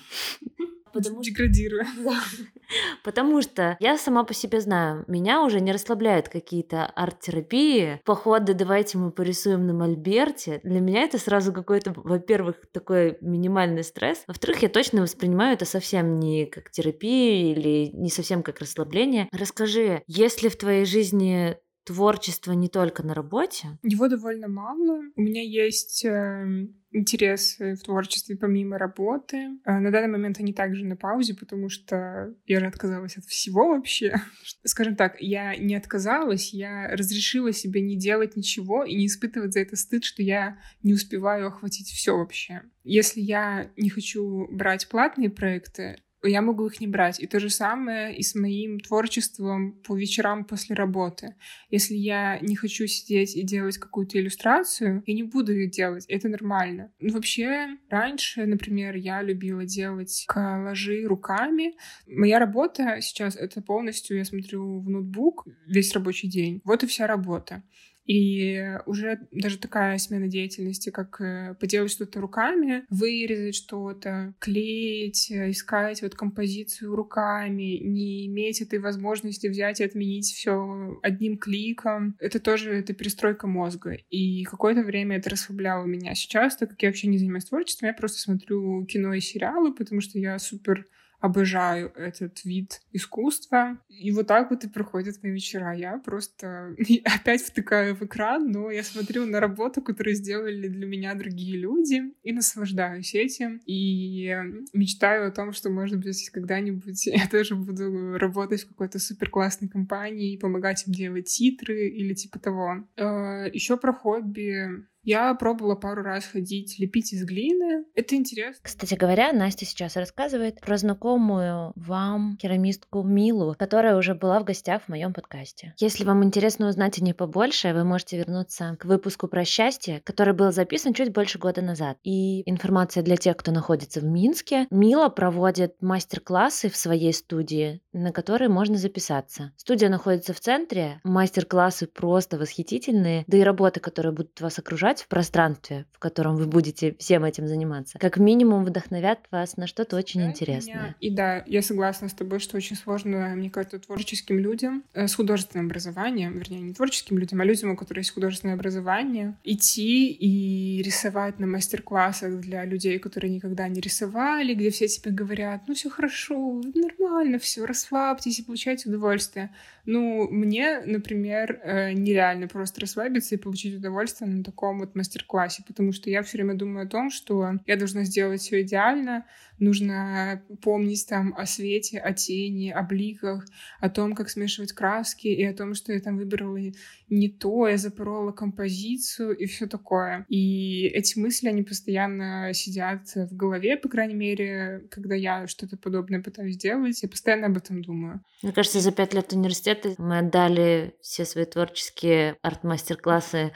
[SPEAKER 2] Деградирую.
[SPEAKER 1] Да. Потому что я сама по себе знаю, меня уже не расслабляют какие-то арт-терапии, походы «давайте мы порисуем на мольберте». Для меня это сразу какой-то, во-первых, такой минимальный стресс. Во-вторых, я точно воспринимаю это совсем не как терапию или не совсем как расслабление. Расскажи, есть ли в твоей жизни творчество не только на работе?
[SPEAKER 2] Его довольно мало. У меня есть интерес в творчестве помимо работы. На данный момент они также на паузе, потому что я же отказалась от всего вообще. Скажем так, я не отказалась, я разрешила себе не делать ничего и не испытывать за это стыд, что я не успеваю охватить все вообще. Если я не хочу брать платные проекты, я могу их не брать. И то же самое и с моим творчеством по вечерам после работы. Если я не хочу сидеть и делать какую-то иллюстрацию, я не буду ее делать. Это нормально. Вообще, раньше, например, я любила делать коллажи руками. Моя работа сейчас — это полностью я смотрю в ноутбук весь рабочий день. Вот и вся работа. И уже даже такая смена деятельности, как поделать что-то руками, вырезать что-то, клеить, искать вот композицию руками, не иметь этой возможности взять и отменить все одним кликом. Это тоже это перестройка мозга. И какое-то время это расслабляло меня. Сейчас, так как я вообще не занимаюсь творчеством, я просто смотрю кино и сериалы, потому что я супер обожаю этот вид искусства. И вот так вот и проходят мои вечера. Я просто опять втыкаю в экран, но я смотрю на работу, которую сделали для меня другие люди, и наслаждаюсь этим. И мечтаю о том, что, может быть, когда-нибудь я тоже буду работать в какой-то супер классной компании и помогать им делать титры или типа того. Еще про хобби. Я пробовала пару раз ходить, лепить из глины. Это интересно.
[SPEAKER 1] Кстати говоря, Настя сейчас рассказывает про знакомую вам керамистку Милу, которая уже была в гостях в моем подкасте. Если вам интересно узнать о ней побольше, вы можете вернуться к выпуску про счастье, который был записан чуть больше года назад. И информация для тех, кто находится в Минске. Мила проводит мастер-классы в своей студии, на которые можно записаться. Студия находится в центре, мастер-классы просто восхитительные, да и работы, которые будут вас окружать в пространстве, в котором вы будете всем этим заниматься, как минимум вдохновят вас на что-то очень интересное.
[SPEAKER 2] И да, я согласна с тобой, что очень сложно, мне кажется, творческим людям с художественным образованием, вернее, не творческим людям, а людям, у которых есть художественное образование, идти и рисовать на мастер-классах для людей, которые никогда не рисовали, где все тебе говорят: ну все хорошо, нормально, все, расслабьтесь и получайте удовольствие. Ну, мне, например, нереально просто расслабиться и получить удовольствие на таком одном вот мастер-классе, потому что я все время думаю о том, что я должна сделать все идеально, нужно помнить там о свете, о тени, о бликах, о том, как смешивать краски, и о том, что я там выбрала не то, я запорола композицию и все такое. И эти мысли, они постоянно сидят в голове, по крайней мере, когда я что-то подобное пытаюсь сделать, я постоянно об этом думаю.
[SPEAKER 1] Мне кажется, за 5 лет университета мы отдали все свои творческие арт-мастер-классы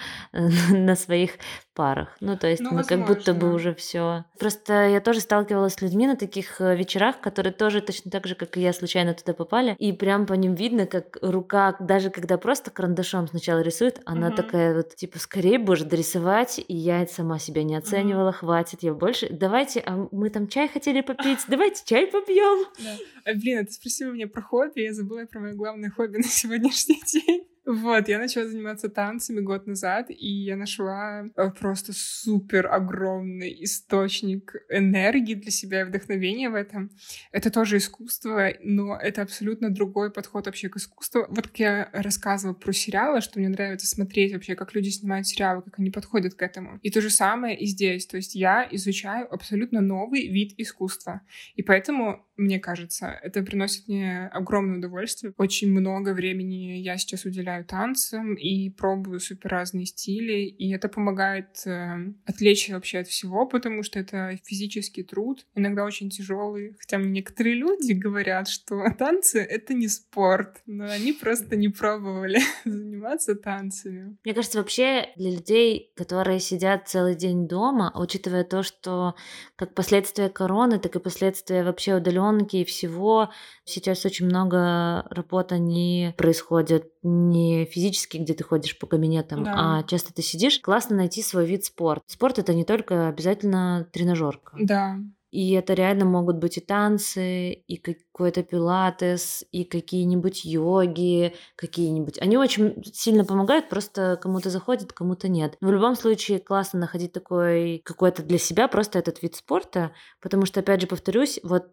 [SPEAKER 1] на своих парах. Ну, то есть
[SPEAKER 2] Ну,
[SPEAKER 1] мы как будто бы
[SPEAKER 2] возможно.
[SPEAKER 1] уже все. Просто я тоже сталкивалась с людьми на таких вечерах, которые тоже точно так же, как и я, случайно туда попали. И прям по ним видно, как рука, даже когда просто карандашом сначала рисует, она такая вот, типа, скорее бы уже дорисовать, и я сама себя не оценивала, хватит, я больше... Давайте, а мы там чай хотели попить, давайте чай попьем.
[SPEAKER 2] Да. Блин, ты спросила меня про хобби, я забыла про мое главное хобби на сегодняшний день. Вот, я начала заниматься танцами год назад, и я нашла просто супер огромный источник энергии для себя и вдохновения в этом. Это тоже искусство, но это абсолютно другой подход вообще к искусству. Вот как я рассказывала про сериалы, что мне нравится смотреть вообще, как люди снимают сериалы, как они подходят к этому. И то же самое и здесь. То есть я изучаю абсолютно новый вид искусства. И поэтому, мне кажется, это приносит мне огромное удовольствие. Очень много времени я сейчас уделяю танцам и пробую супер разные стили, и это помогает отвлечься вообще от всего, потому что это физический труд, иногда очень тяжелый, хотя мне некоторые люди говорят, что танцы — это не спорт, но они просто не пробовали заниматься танцами.
[SPEAKER 1] Мне кажется, вообще для людей, которые сидят целый день дома, учитывая то, что как последствия короны, так и последствия вообще удаленки и всего, сейчас очень много работы не происходит не физически, где ты ходишь по кабинетам,
[SPEAKER 2] Да.
[SPEAKER 1] а часто ты сидишь. Классно найти свой вид спорта. Спорт — это не только обязательно тренажерка.
[SPEAKER 2] Да.
[SPEAKER 1] И это реально могут быть и танцы, и какой-то пилатес, и какие-нибудь йоги, какие-нибудь. Они очень сильно помогают, просто кому-то заходит, кому-то нет. Но в любом случае классно находить такой какой-то для себя просто этот вид спорта, потому что, опять же, повторюсь, вот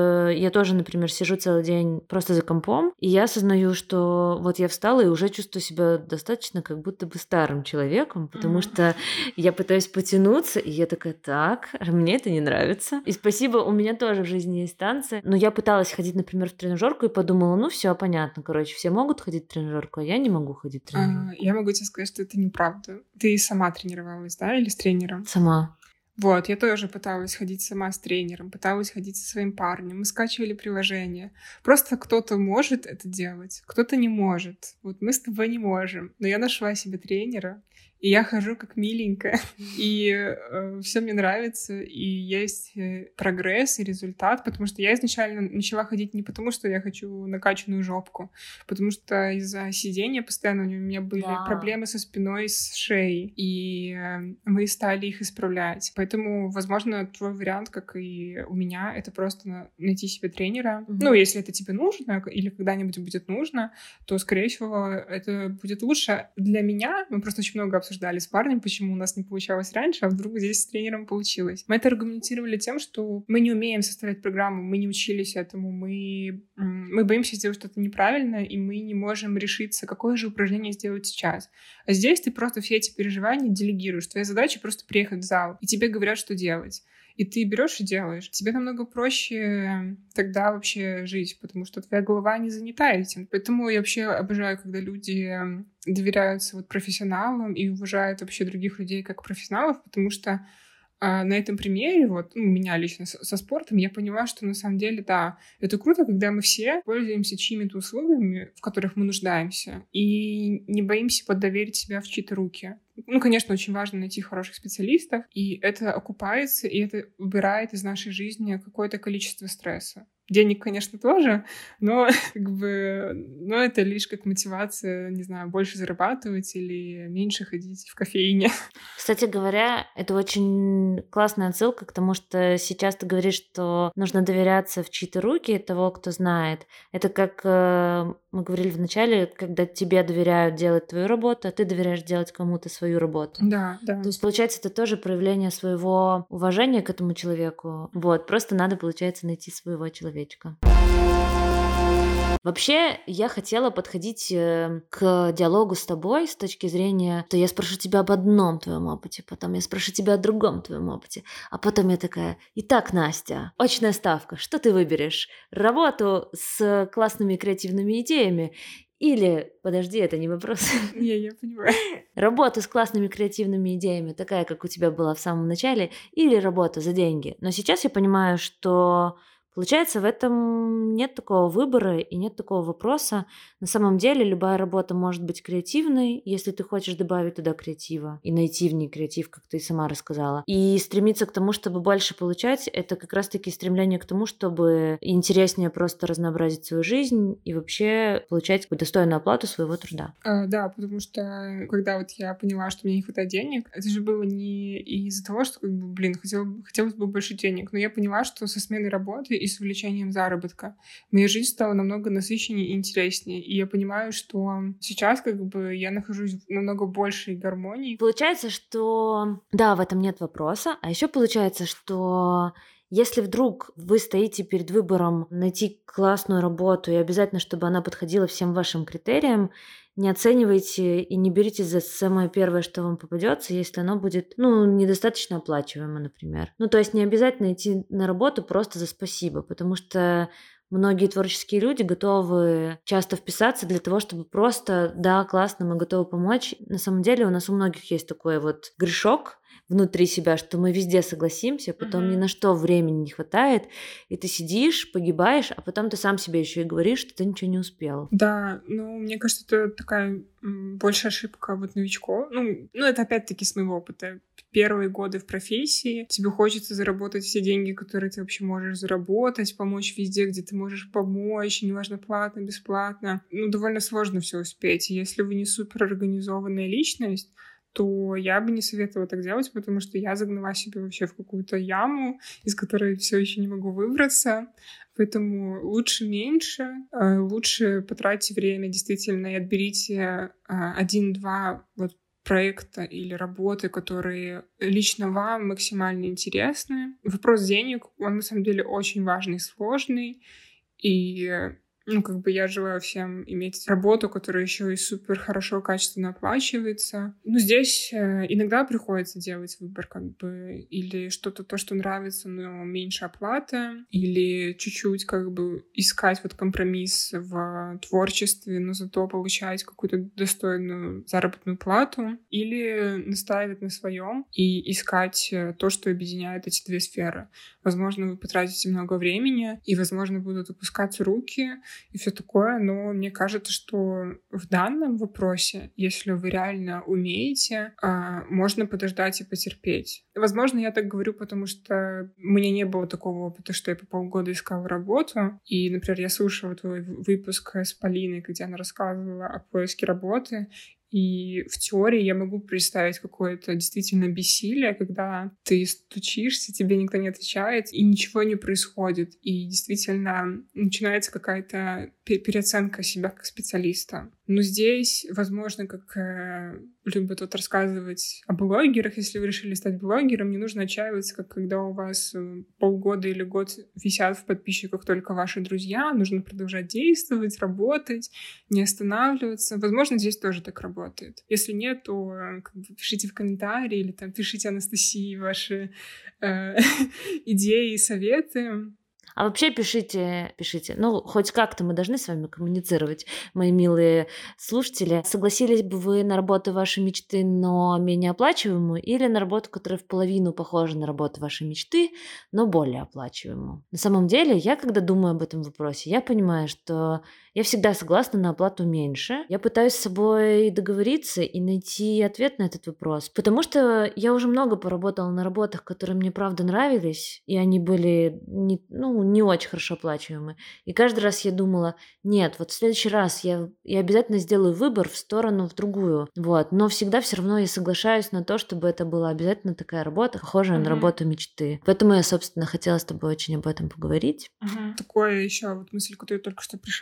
[SPEAKER 1] я тоже, например, сижу целый день просто за компом, и я осознаю, что вот я встала и уже чувствую себя достаточно как будто бы старым человеком, потому что я пытаюсь потянуться, и я такая, так, мне это не нравится. И спасибо, у меня тоже в жизни есть танцы. Но я пыталась ходить, например, в тренажерку и подумала, ну все понятно, короче, все могут ходить в тренажерку, а я не могу ходить в тренажерку.
[SPEAKER 2] Я могу тебе сказать, что это неправда. Ты сама тренировалась, да, или с тренером?
[SPEAKER 1] Сама.
[SPEAKER 2] Вот, я тоже пыталась ходить сама с тренером, пыталась ходить со своим парнем. Мы скачивали приложение. Просто кто-то может это делать, кто-то не может. Вот мы с тобой не можем. Но я нашла себе тренера, и я хожу как миленькая, и все мне нравится, и есть прогресс и результат, потому что я изначально начала ходить не потому, что я хочу накачанную жопку, потому что из-за сидения постоянно у меня были проблемы со спиной, с шеей, и мы стали их исправлять. Поэтому, возможно, твой вариант, как и у меня, это просто найти себе тренера. Ну, если это тебе нужно или когда-нибудь будет нужно, то, скорее всего, это будет лучше. Для меня, мы просто очень много обсуждали с парнем, почему у нас не получалось раньше, а вдруг здесь с тренером получилось. Мы это аргументировали тем, что мы не умеем составлять программу, мы не учились этому, мы боимся сделать что-то неправильно, и мы не можем решиться, какое же упражнение сделать сейчас. А здесь ты просто все эти переживания делегируешь. Твоя задача просто приехать в зал, и тебе говорят, что делать. И ты берешь и делаешь. Тебе намного проще тогда вообще жить, потому что твоя голова не занята этим. Поэтому я вообще обожаю, когда люди доверяются вот профессионалам и уважают вообще других людей как профессионалов, потому что на этом примере, вот, у меня лично со спортом, я поняла, что на самом деле, да, это круто, когда мы все пользуемся чьими-то услугами, в которых мы нуждаемся, и не боимся поддоверить себя в чьи-то руки. Ну, конечно, очень важно найти хороших специалистов, и это окупается, и это убирает из нашей жизни какое-то количество стресса. Денег, конечно, тоже, но но это лишь как мотивация, не знаю, больше зарабатывать или меньше ходить в кофейне.
[SPEAKER 1] Кстати говоря, это очень классная отсылка к тому, что сейчас ты говоришь, что нужно доверяться в чьи-то руки того, кто знает. Это как мы говорили в начале, когда тебе доверяют делать твою работу, а ты доверяешь делать кому-то свою работу.
[SPEAKER 2] Да, да.
[SPEAKER 1] То есть, получается, это тоже проявление своего уважения к этому человеку. Вот, просто надо, получается, найти своего человечка. Вообще, я хотела подходить к диалогу с тобой с точки зрения, что я спрошу тебя об одном твоем опыте, потом я спрошу тебя о другом твоем опыте, а потом я такая: итак, Настя, очная ставка, что ты выберешь? Работу с классными креативными идеями или, подожди, это не вопрос.
[SPEAKER 2] Я понимаю.
[SPEAKER 1] Работу с классными креативными идеями, такая, как у тебя была в самом начале, или работа за деньги. Но сейчас я понимаю, что получается, в этом нет такого выбора и нет такого вопроса. На самом деле любая работа может быть креативной, если ты хочешь добавить туда креатива и найти в ней креатив, как ты и сама рассказала. И стремиться к тому, чтобы больше получать, это как раз-таки стремление к тому, чтобы интереснее просто разнообразить свою жизнь и вообще получать достойную оплату своего труда.
[SPEAKER 2] Да, потому что когда вот я поняла, что мне не хватает денег, это же было не из-за того, что, хотелось бы больше денег, но я поняла, что со сменой работы и с увеличением заработка моя жизнь стала намного насыщеннее и интереснее. И я понимаю, что сейчас я нахожусь в намного большей гармонии.
[SPEAKER 1] Получается, что да, в этом нет вопроса. А еще получается, что если вдруг вы стоите перед выбором найти классную работу и обязательно, чтобы она подходила всем вашим критериям, не оценивайте и не берите за самое первое, что вам попадется, если оно будет, недостаточно оплачиваемо, например. То есть не обязательно идти на работу просто за спасибо, потому что многие творческие люди готовы часто вписаться для того, чтобы просто, да, классно, мы готовы помочь. На самом деле у нас у многих есть такой вот грешок внутри себя, что мы везде согласимся, потом ни на что времени не хватает, и ты сидишь, погибаешь, а потом ты сам себе еще и говоришь, что ты ничего не успел.
[SPEAKER 2] Да, мне кажется, это такая большая ошибка новичков. Это опять-таки с моего опыта. Первые годы в профессии тебе хочется заработать все деньги, которые ты вообще можешь заработать, помочь везде, где ты можешь помочь, неважно, платно, бесплатно. Довольно сложно все успеть. И если вы не суперорганизованная личность, то я бы не советовала так делать, потому что я загнала себя вообще в какую-то яму, из которой все еще не могу выбраться. Поэтому лучше меньше, лучше потратьте время действительно и отберите 1-2 проекта или работы, которые лично вам максимально интересны. Вопрос денег, он на самом деле очень важный и сложный. И я желаю всем иметь работу, которая еще и супер хорошо, качественно оплачивается. Здесь иногда приходится делать выбор, или что-то то, что нравится, но меньше оплата, или чуть-чуть искать компромисс в творчестве, но зато получать какую-то достойную заработную плату, или настаивать на своем и искать то, что объединяет эти две сферы. Возможно, вы потратите много времени, и, возможно, будут опускаться руки, и все такое, но мне кажется, что в данном вопросе, если вы реально умеете, можно подождать и потерпеть. Возможно, я так говорю, потому что у меня не было такого опыта, что я по полгода искала работу, и, например, я слушала твой выпуск с Полиной, где она рассказывала о поиске работы, и в теории я могу представить какое-то действительно бессилие, когда ты стучишься, тебе никто не отвечает, и ничего не происходит. И действительно начинается какая-то переоценка себя как специалиста. Но здесь, возможно, как любят рассказывать о блогерах, если вы решили стать блогером, не нужно отчаиваться, как когда у вас полгода или год висят в подписчиках только ваши друзья. Нужно продолжать действовать, работать, не останавливаться. Возможно, здесь тоже так работает. Если нет, то пишите в комментарии или пишите Анастасии ваши идеи и советы.
[SPEAKER 1] А вообще пишите. Хоть как-то мы должны с вами коммуницировать, мои милые слушатели. Согласились бы вы на работу вашей мечты, но менее оплачиваемую, или на работу, которая в половину похожа на работу вашей мечты, но более оплачиваемую? На самом деле, я когда думаю об этом вопросе, я понимаю, что я всегда согласна на оплату меньше. Я пытаюсь с собой договориться и найти ответ на этот вопрос, потому что я уже много поработала на работах, которые мне правда нравились, и они были не очень хорошо оплачиваемые. И каждый раз я думала, нет, в следующий раз я обязательно сделаю выбор в сторону, в другую. Но всегда все равно я соглашаюсь на то, чтобы это была обязательно такая работа, похожая на работу мечты. Поэтому я, собственно, хотела с тобой очень об этом поговорить.
[SPEAKER 2] Такое еще мысль, которая только что пришла. Мне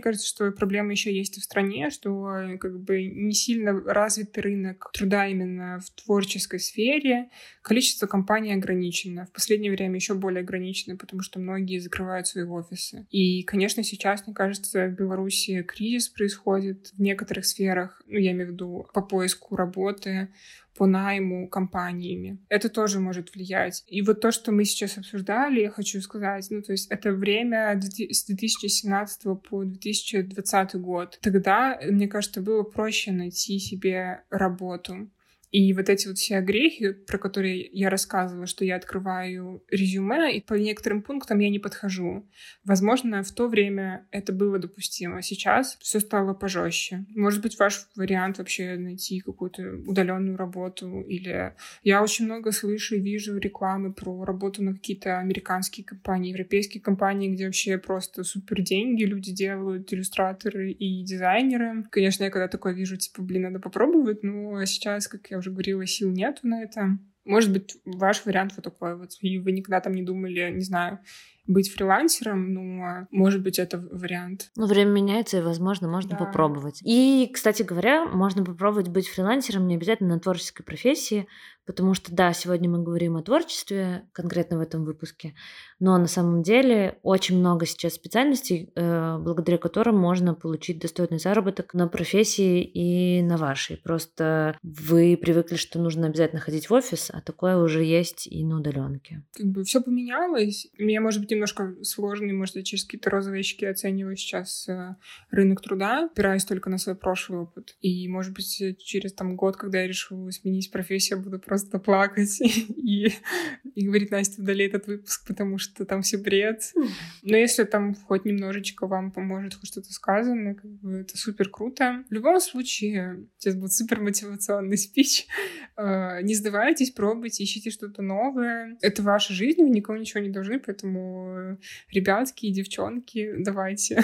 [SPEAKER 2] кажется, что проблема еще есть и в стране, что как бы не сильно развитый рынок труда именно в творческой сфере. Количество компаний ограничено. В последнее время еще более ограничено, потому что многие закрывают свои офисы. И, конечно, сейчас, мне кажется, в Беларуси кризис происходит в некоторых сферах, ну, я имею в виду по поиску работы, по найму компаниями. Это тоже может влиять. И вот то, что мы сейчас обсуждали, я хочу сказать, ну, то есть это время с 2017 по 2020 год. Тогда, мне кажется, было проще найти себе работу. И вот эти вот все огрехи, про которые я рассказывала, что я открываю резюме, и по некоторым пунктам я не подхожу. Возможно, в то время это было допустимо. Сейчас все стало пожестче. Может быть, ваш вариант вообще найти какую-то удаленную работу, или я очень много слышу и вижу рекламы про работу на какие-то американские компании, европейские компании, где вообще просто супер деньги люди делают, иллюстраторы и дизайнеры. Конечно, я когда такое вижу, типа, блин, надо попробовать, но сейчас, как я уже говорила, сил нету на это. Может быть, ваш вариант вот такой вот. И вы никогда там не думали, не знаю, быть фрилансером, но, может быть, это вариант.
[SPEAKER 1] Ну, время меняется, и, возможно, можно попробовать. И, кстати говоря, можно попробовать быть фрилансером не обязательно на творческой профессии, потому что, да, сегодня мы говорим о творчестве, конкретно в этом выпуске, но на самом деле очень много сейчас специальностей, благодаря которым можно получить достойный заработок на профессии и на вашей. Просто вы привыкли, что нужно обязательно ходить в офис, а такое уже есть и на удаленке.
[SPEAKER 2] Как бы все поменялось. Меня, может быть, немножко сложно, может, я через какие-то розовые очки оцениваю сейчас рынок труда, опираясь только на свой прошлый опыт. И, может быть, через там год, когда я решу сменить профессию, буду просто плакать и говорить: Настя, удали этот выпуск, потому что там все бред. Но если там хоть немножечко вам поможет хоть что-то сказано, как бы это супер круто. В любом случае, сейчас будет супер мотивационный спич. Не сдавайтесь, пробуйте, ищите что-то новое. Это ваша жизнь, вы никому ничего не должны, поэтому, ребятки и девчонки, давайте.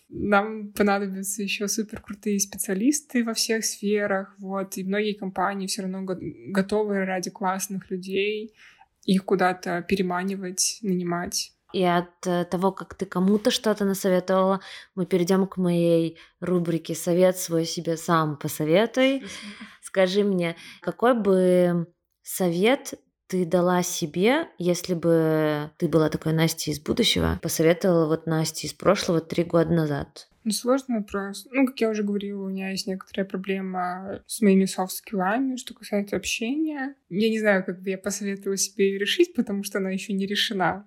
[SPEAKER 2] Нам понадобятся еще супер крутые специалисты во всех сферах, вот, и многие компании все равно готовы ради классных людей их куда-то переманивать, нанимать.
[SPEAKER 1] И от того, как ты кому-то что-то насоветовала, мы перейдем к моей рубрике «Совет свой себе сам посоветуй». Скажи мне, какой бы совет ты дала себе, если бы ты была такой Настей из будущего, посоветовала вот Насте из прошлого 3 года назад?
[SPEAKER 2] Ну, сложный вопрос. Ну, как я уже говорила, у меня есть некоторая проблема с моими софт-скиллами, что касается общения. Я не знаю, как бы я посоветовала себе ее решить, потому что она еще не решена.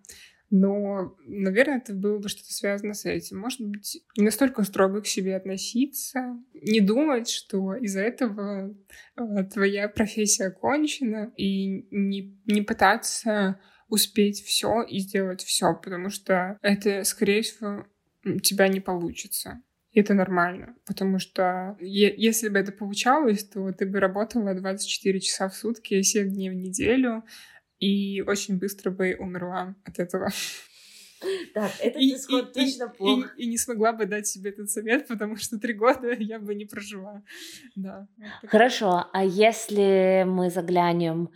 [SPEAKER 2] Но, наверное, это было бы что-то связано с этим. Может быть, не настолько строго к себе относиться, не думать, что из-за этого твоя профессия окончена, и не пытаться успеть все и сделать все, потому что это, скорее всего, у тебя не получится. И это нормально, потому что если бы это получалось, то ты бы работала 24 часа в сутки, 7 дней в неделю, и очень быстро бы умерла от этого.
[SPEAKER 1] Так, этот исход точно плох.
[SPEAKER 2] И не смогла бы дать себе этот совет, потому что 3 года я бы не прожила. Да.
[SPEAKER 1] Хорошо, а если мы заглянем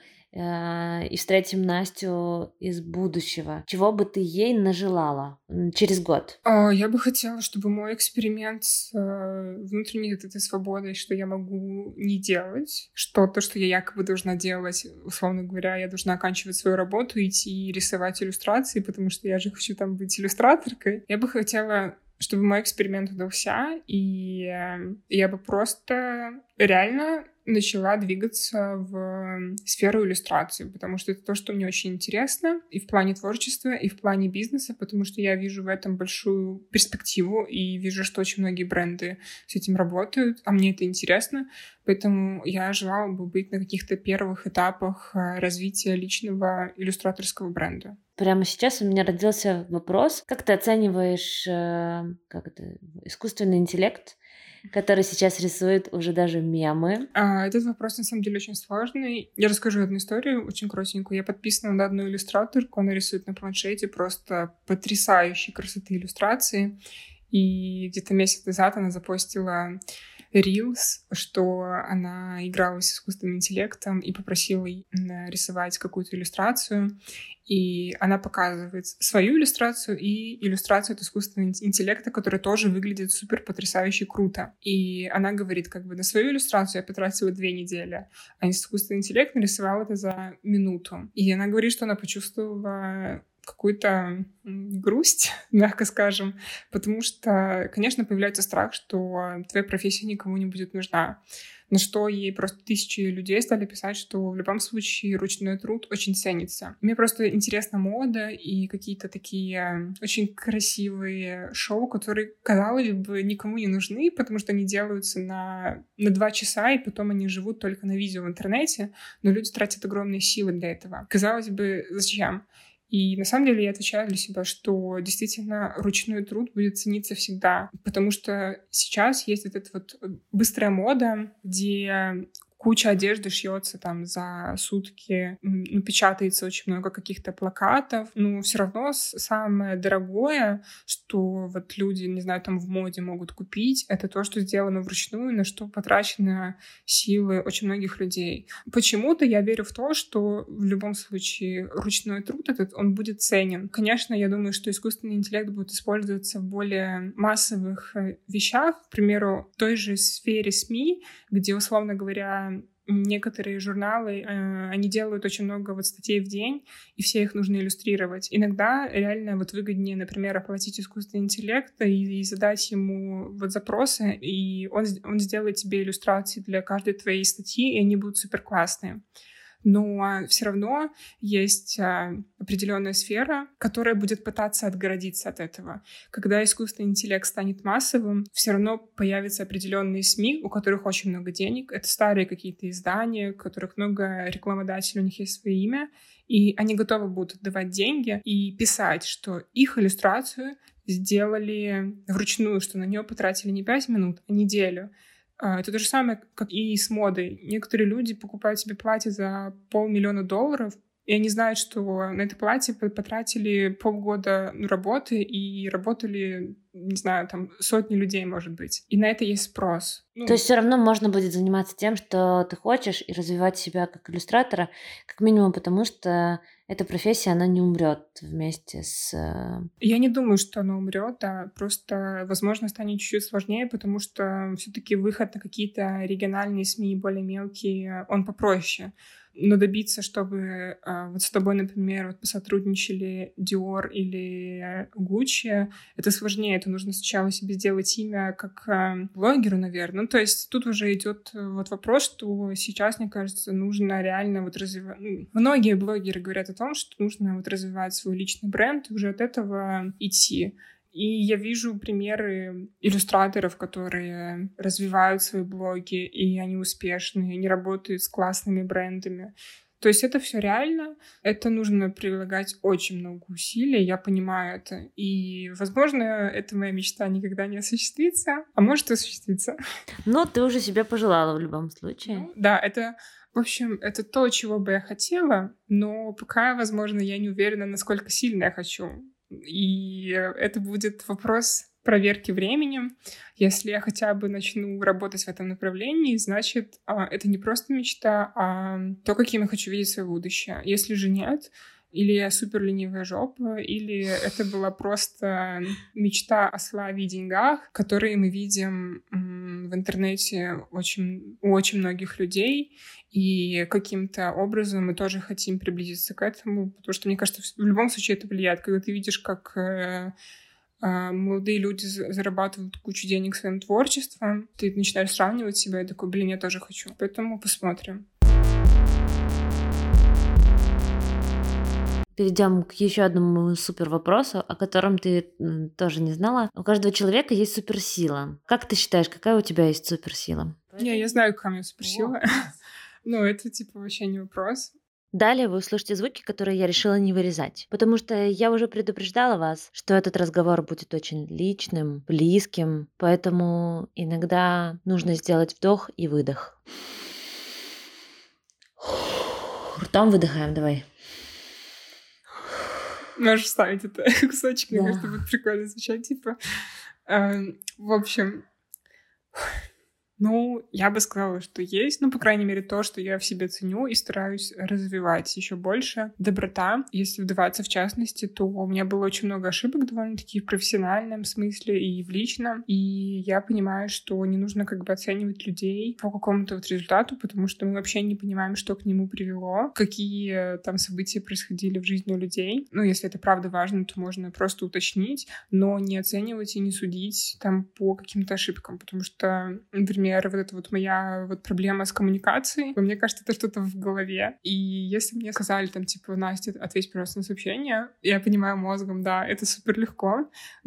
[SPEAKER 1] и встретим Настю из будущего, чего бы ты ей нажелала через год?
[SPEAKER 2] Я бы хотела, чтобы мой эксперимент с внутренней этой свободой, что я могу не делать, что-то, что я якобы должна делать, условно говоря, я должна оканчивать свою работу, идти рисовать иллюстрации, потому что я же хочу там быть иллюстраторкой. Я бы хотела, чтобы мой эксперимент удался, и я бы просто реально начала двигаться в сферу иллюстрации, потому что это то, что мне очень интересно и в плане творчества, и в плане бизнеса, потому что я вижу в этом большую перспективу и вижу, что очень многие бренды с этим работают, а мне это интересно, поэтому я желала бы быть на каких-то первых этапах развития личного иллюстраторского бренда.
[SPEAKER 1] Прямо сейчас у меня родился вопрос, как ты оцениваешь искусственный интеллект, который сейчас рисует уже даже мемы?
[SPEAKER 2] Этот вопрос, на самом деле, очень сложный. Я расскажу одну историю, очень коротенькую. Я подписана на одну иллюстраторку, она рисует на планшете просто потрясающей красоты иллюстрации. И где-то месяц назад она запостила Reels, что она играла с искусственным интеллектом и попросила рисовать какую-то иллюстрацию, и она показывает свою иллюстрацию и иллюстрацию от искусственного интеллекта, которая тоже выглядит супер потрясающе круто. И она говорит, как бы, на свою иллюстрацию я потратила 2 недели, а искусственный интеллект нарисовал это за минуту. И она говорит, что она почувствовала какую-то грусть, мягко скажем, потому что, конечно, появляется страх, что твоя профессия никому не будет нужна. На что ей просто тысячи людей стали писать, что в любом случае ручной труд очень ценится. Мне просто интересна мода и какие-то такие очень красивые шоу, которые, казалось бы, никому не нужны, потому что они делаются на 2 часа, и потом они живут только на видео в интернете, но люди тратят огромные силы для этого. Казалось бы, зачем? И на самом деле я отвечаю для себя, что действительно ручной труд будет цениться всегда, потому что сейчас есть вот эта вот быстрая мода, где куча одежды шьется там за сутки, печатается очень много каких-то плакатов, но все равно самое дорогое, что вот люди, не знаю, там в моде могут купить, это то, что сделано вручную, на что потрачены силы очень многих людей. Почему-то я верю в то, что в любом случае ручной труд этот, он будет ценен. Конечно, я думаю, что искусственный интеллект будет использоваться в более массовых вещах, к примеру, в той же сфере СМИ, где, условно говоря, некоторые журналы, они делают очень много вот статей в день, и все их нужно иллюстрировать. Иногда реально вот выгоднее, например, оплатить искусственный интеллект и задать ему вот запросы, и он сделает тебе иллюстрации для каждой твоей статьи, и они будут супер классные. Но все равно есть определенная сфера, которая будет пытаться отгородиться от этого. Когда искусственный интеллект станет массовым, все равно появятся определенные СМИ, у которых очень много денег. Это старые какие-то издания, у которых много рекламодателей, у них есть свое имя, и они готовы будут отдавать деньги и писать, что их иллюстрацию сделали вручную, что на нее потратили не 5 минут, а неделю. Это то же самое, как и с модой. Некоторые люди покупают себе платье за $500 000, и они знают, что на это платье потратили полгода работы и работали, не знаю, там сотни людей, может быть. И на это есть спрос.
[SPEAKER 1] То есть все равно можно будет заниматься тем, что ты хочешь, и развивать себя как иллюстратора, как минимум потому, что эта профессия, она не умрет вместе с...
[SPEAKER 2] Я не думаю, что она умрет, да. Просто, возможно, станет чуть-чуть сложнее, потому что все-таки выход на какие-то региональные СМИ, более мелкие, он попроще. Но добиться, чтобы вот с тобой, например, вот посотрудничали Dior или Gucci, это сложнее. Это нужно сначала себе сделать имя как блогеру, наверное. Ну, то есть тут уже идет вот вопрос, что сейчас, мне кажется, нужно реально вот развивать... Многие блогеры говорят о том, что нужно вот развивать свой личный бренд и уже от этого идти. И я вижу примеры иллюстраторов, которые развивают свои блоги, и они успешные, они работают с классными брендами. То есть это все реально, это нужно прилагать очень много усилий, я понимаю это. И, возможно, эта моя мечта никогда не осуществится, а может осуществиться.
[SPEAKER 1] Но ты уже себя пожелала в любом случае.
[SPEAKER 2] Да, это... В общем, это то, чего бы я хотела, но пока, возможно, я не уверена, насколько сильно я хочу. И это будет вопрос проверки временем. Если я хотя бы начну работать в этом направлении, значит, это не просто мечта, а то, каким я хочу видеть свое будущее. Если же нет, или я супер ленивая жопа, или это была просто мечта о славе и деньгах, которые мы видим в интернете у очень многих людей, и каким-то образом мы тоже хотим приблизиться к этому, потому что, мне кажется, в любом случае это влияет. Когда ты видишь, как молодые люди зарабатывают кучу денег своим творчеством, ты начинаешь сравнивать себя и такой, блин, я тоже хочу. Поэтому посмотрим.
[SPEAKER 1] Перейдем к еще одному супер вопросу, о котором ты тоже не знала. У каждого человека есть суперсила. Как ты считаешь, какая у тебя есть суперсила?
[SPEAKER 2] Я знаю, какая у меня суперсила. Ну, это типа вообще не вопрос.
[SPEAKER 1] Далее вы услышите звуки, которые я решила не вырезать, потому что я уже предупреждала вас, что этот разговор будет очень личным, близким, поэтому иногда нужно сделать вдох и выдох. Ртом выдыхаем, давай.
[SPEAKER 2] Можешь вставить это кусочек,
[SPEAKER 1] Да.
[SPEAKER 2] мне кажется, будет прикольно звучать, типа. В общем, Ну, я бы сказала, что есть. Ну, по крайней мере, то, что я в себе ценю и стараюсь развивать еще больше. Доброта. Если вдаваться в частности, то у меня было очень много ошибок довольно-таки в профессиональном смысле и в личном. И я понимаю, что не нужно как бы оценивать людей по какому-то вот результату, потому что мы вообще не понимаем, что к нему привело, какие там события происходили в жизни у людей. Ну, если это правда важно, то можно просто уточнить, но не оценивать и не судить там по каким-то ошибкам, потому что, например, вот это вот моя вот проблема с коммуникацией, мне кажется, это что-то в голове. И если мне сказали там, типа, Настя, ответь, пожалуйста, на сообщение, я понимаю мозгом, да, это супер легко,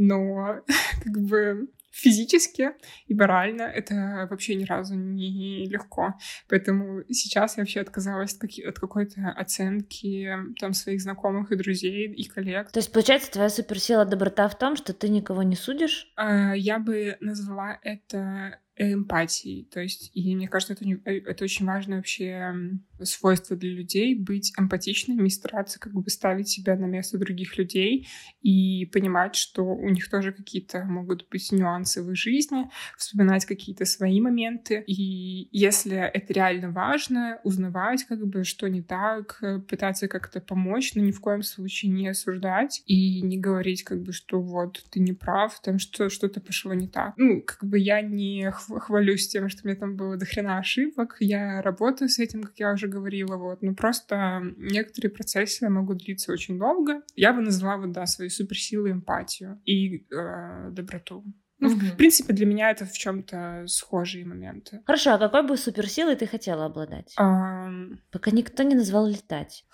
[SPEAKER 2] но как бы физически и морально это вообще ни разу не легко. Поэтому сейчас я вообще отказалась от какой-то оценки там своих знакомых и друзей, и коллег.
[SPEAKER 1] То есть, получается, твоя суперсила доброта в том, что ты никого не судишь?
[SPEAKER 2] Я бы назвала это эмпатией. То есть, и мне кажется, это очень важное вообще свойство для людей — быть эмпатичными и стараться как бы ставить себя на место других людей и понимать, что у них тоже какие-то могут быть нюансы в их жизни, вспоминать какие-то свои моменты. И если это реально важно, узнавать как бы, что не так, пытаться как-то помочь, но ни в коем случае не осуждать и не говорить как бы, что вот ты не прав, там что-то пошло не так. Ну, как бы я не хвалюсь тем, что у меня там было дохрена ошибок, я работаю с этим, как я уже говорила, вот, но просто некоторые процессы могут длиться очень долго. Я бы назвала, вот, да, свои суперсилы эмпатию и доброту. Ну, в принципе, для меня это в чем-то схожие моменты.
[SPEAKER 1] Хорошо, а какой бы суперсилой ты хотела обладать? Пока никто не назвал летать.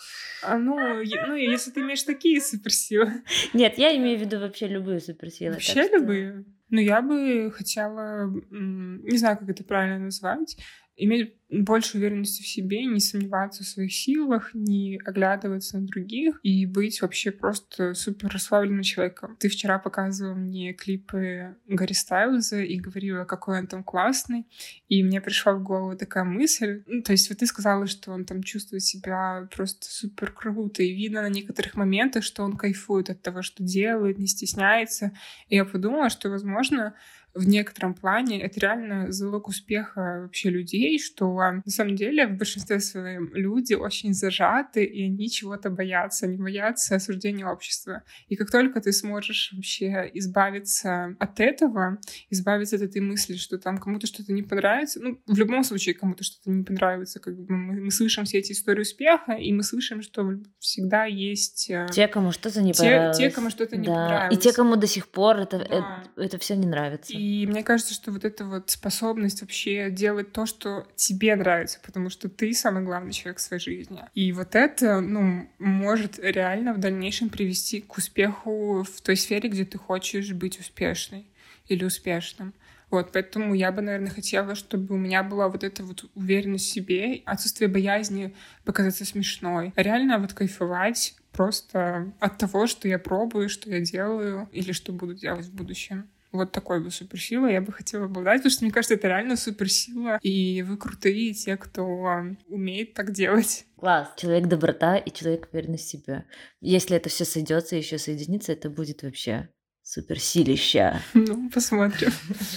[SPEAKER 2] Ну, если ты имеешь такие суперсилы.
[SPEAKER 1] Нет, я имею в виду вообще любые суперсилы.
[SPEAKER 2] Вообще любые? Ну, я бы хотела, не знаю, как это правильно назвать, иметь больше уверенности в себе, не сомневаться в своих силах, не оглядываться на других и быть вообще просто супер расслабленным человеком. Ты вчера показывала мне клипы Гарри Стайлза и говорила, какой он там классный, и мне пришла в голову такая мысль. Ну, то есть вот ты сказала, что он там чувствует себя просто супер круто, и видно на некоторых моментах, что он кайфует от того, что делает, не стесняется. И я подумала, что, возможно, в некотором плане это реально залог успеха вообще людей, что на самом деле в большинстве своем люди очень зажаты, и они чего-то боятся, они боятся осуждения общества. И как только ты сможешь вообще избавиться от этого, избавиться от этой мысли, что там кому-то что-то не понравится, ну, в любом случае кому-то что-то не понравится, как бы мы слышим все эти истории успеха, и мы слышим, что всегда есть
[SPEAKER 1] те, кому что-то не понравилось.
[SPEAKER 2] Те, кому что-то не понравилось.
[SPEAKER 1] И те, кому до сих пор это все не нравится.
[SPEAKER 2] И мне кажется, что вот эта вот способность вообще делать то, что тебе нравится, потому что ты самый главный человек в своей жизни. И вот это, ну, может реально в дальнейшем привести к успеху в той сфере, где ты хочешь быть успешной или успешным. Вот, поэтому я бы, наверное, хотела, чтобы у меня была вот эта вот уверенность в себе, отсутствие боязни показаться смешной, а реально вот кайфовать просто от того, что я пробую, что я делаю или что буду делать в будущем. Вот такой бы суперсилой я бы хотела обладать, потому что, мне кажется, это реально суперсила, и вы крутые те, кто умеет так делать.
[SPEAKER 1] Класс. Человек доброта и человек уверенность в себе. Если это все сойдется и еще соединится, это будет вообще суперсилища.
[SPEAKER 2] Ну, посмотрим.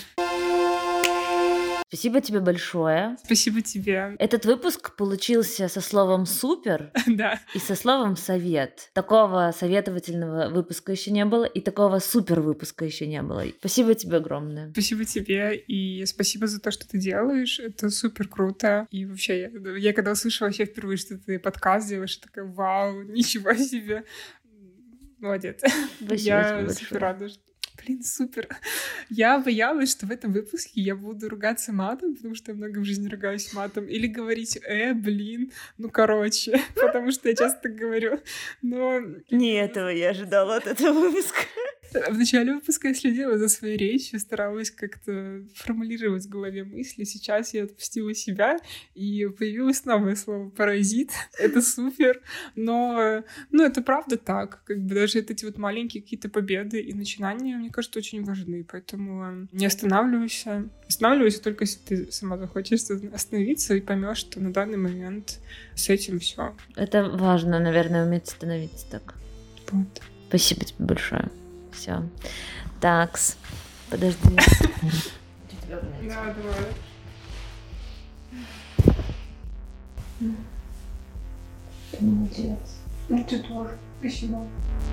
[SPEAKER 1] Спасибо тебе большое.
[SPEAKER 2] Спасибо тебе.
[SPEAKER 1] Этот выпуск получился со словом «супер»
[SPEAKER 2] да.
[SPEAKER 1] и со словом «совет». Такого советовательного выпуска еще не было, и такого супер выпуска еще не было. Спасибо тебе огромное.
[SPEAKER 2] Спасибо тебе, и спасибо за то, что ты делаешь. Это супер круто. И вообще, я когда услышала вообще впервые, что ты подкаст делаешь, я такая, вау, ничего себе. Молодец.
[SPEAKER 1] Спасибо
[SPEAKER 2] я супер рада, что... Блин, супер. Я боялась, что в этом выпуске я буду ругаться матом, потому что я много в жизни ругаюсь матом, или говорить блин, ну, короче, потому что я часто так говорю. Но...
[SPEAKER 1] Не этого я ожидала от этого выпуска.
[SPEAKER 2] В начале выпуска я следила за своей речью, старалась как-то формулировать в голове мысли. Сейчас я отпустила себя, и появилось новое слово «паразит». Это супер. Но это правда так. Как бы даже эти вот маленькие какие-то победы и начинания, мне кажется, очень важны. Поэтому не останавливайся. Останавливайся только, если ты сама захочешь остановиться и поймешь, что на данный момент с этим все.
[SPEAKER 1] Это важно, наверное, уметь становиться так.
[SPEAKER 2] Вот.
[SPEAKER 1] Спасибо тебе большое. Все. Такс. Подожди.
[SPEAKER 2] Да, давай.
[SPEAKER 1] Ты молодец.
[SPEAKER 2] Ты тоже. Спасибо.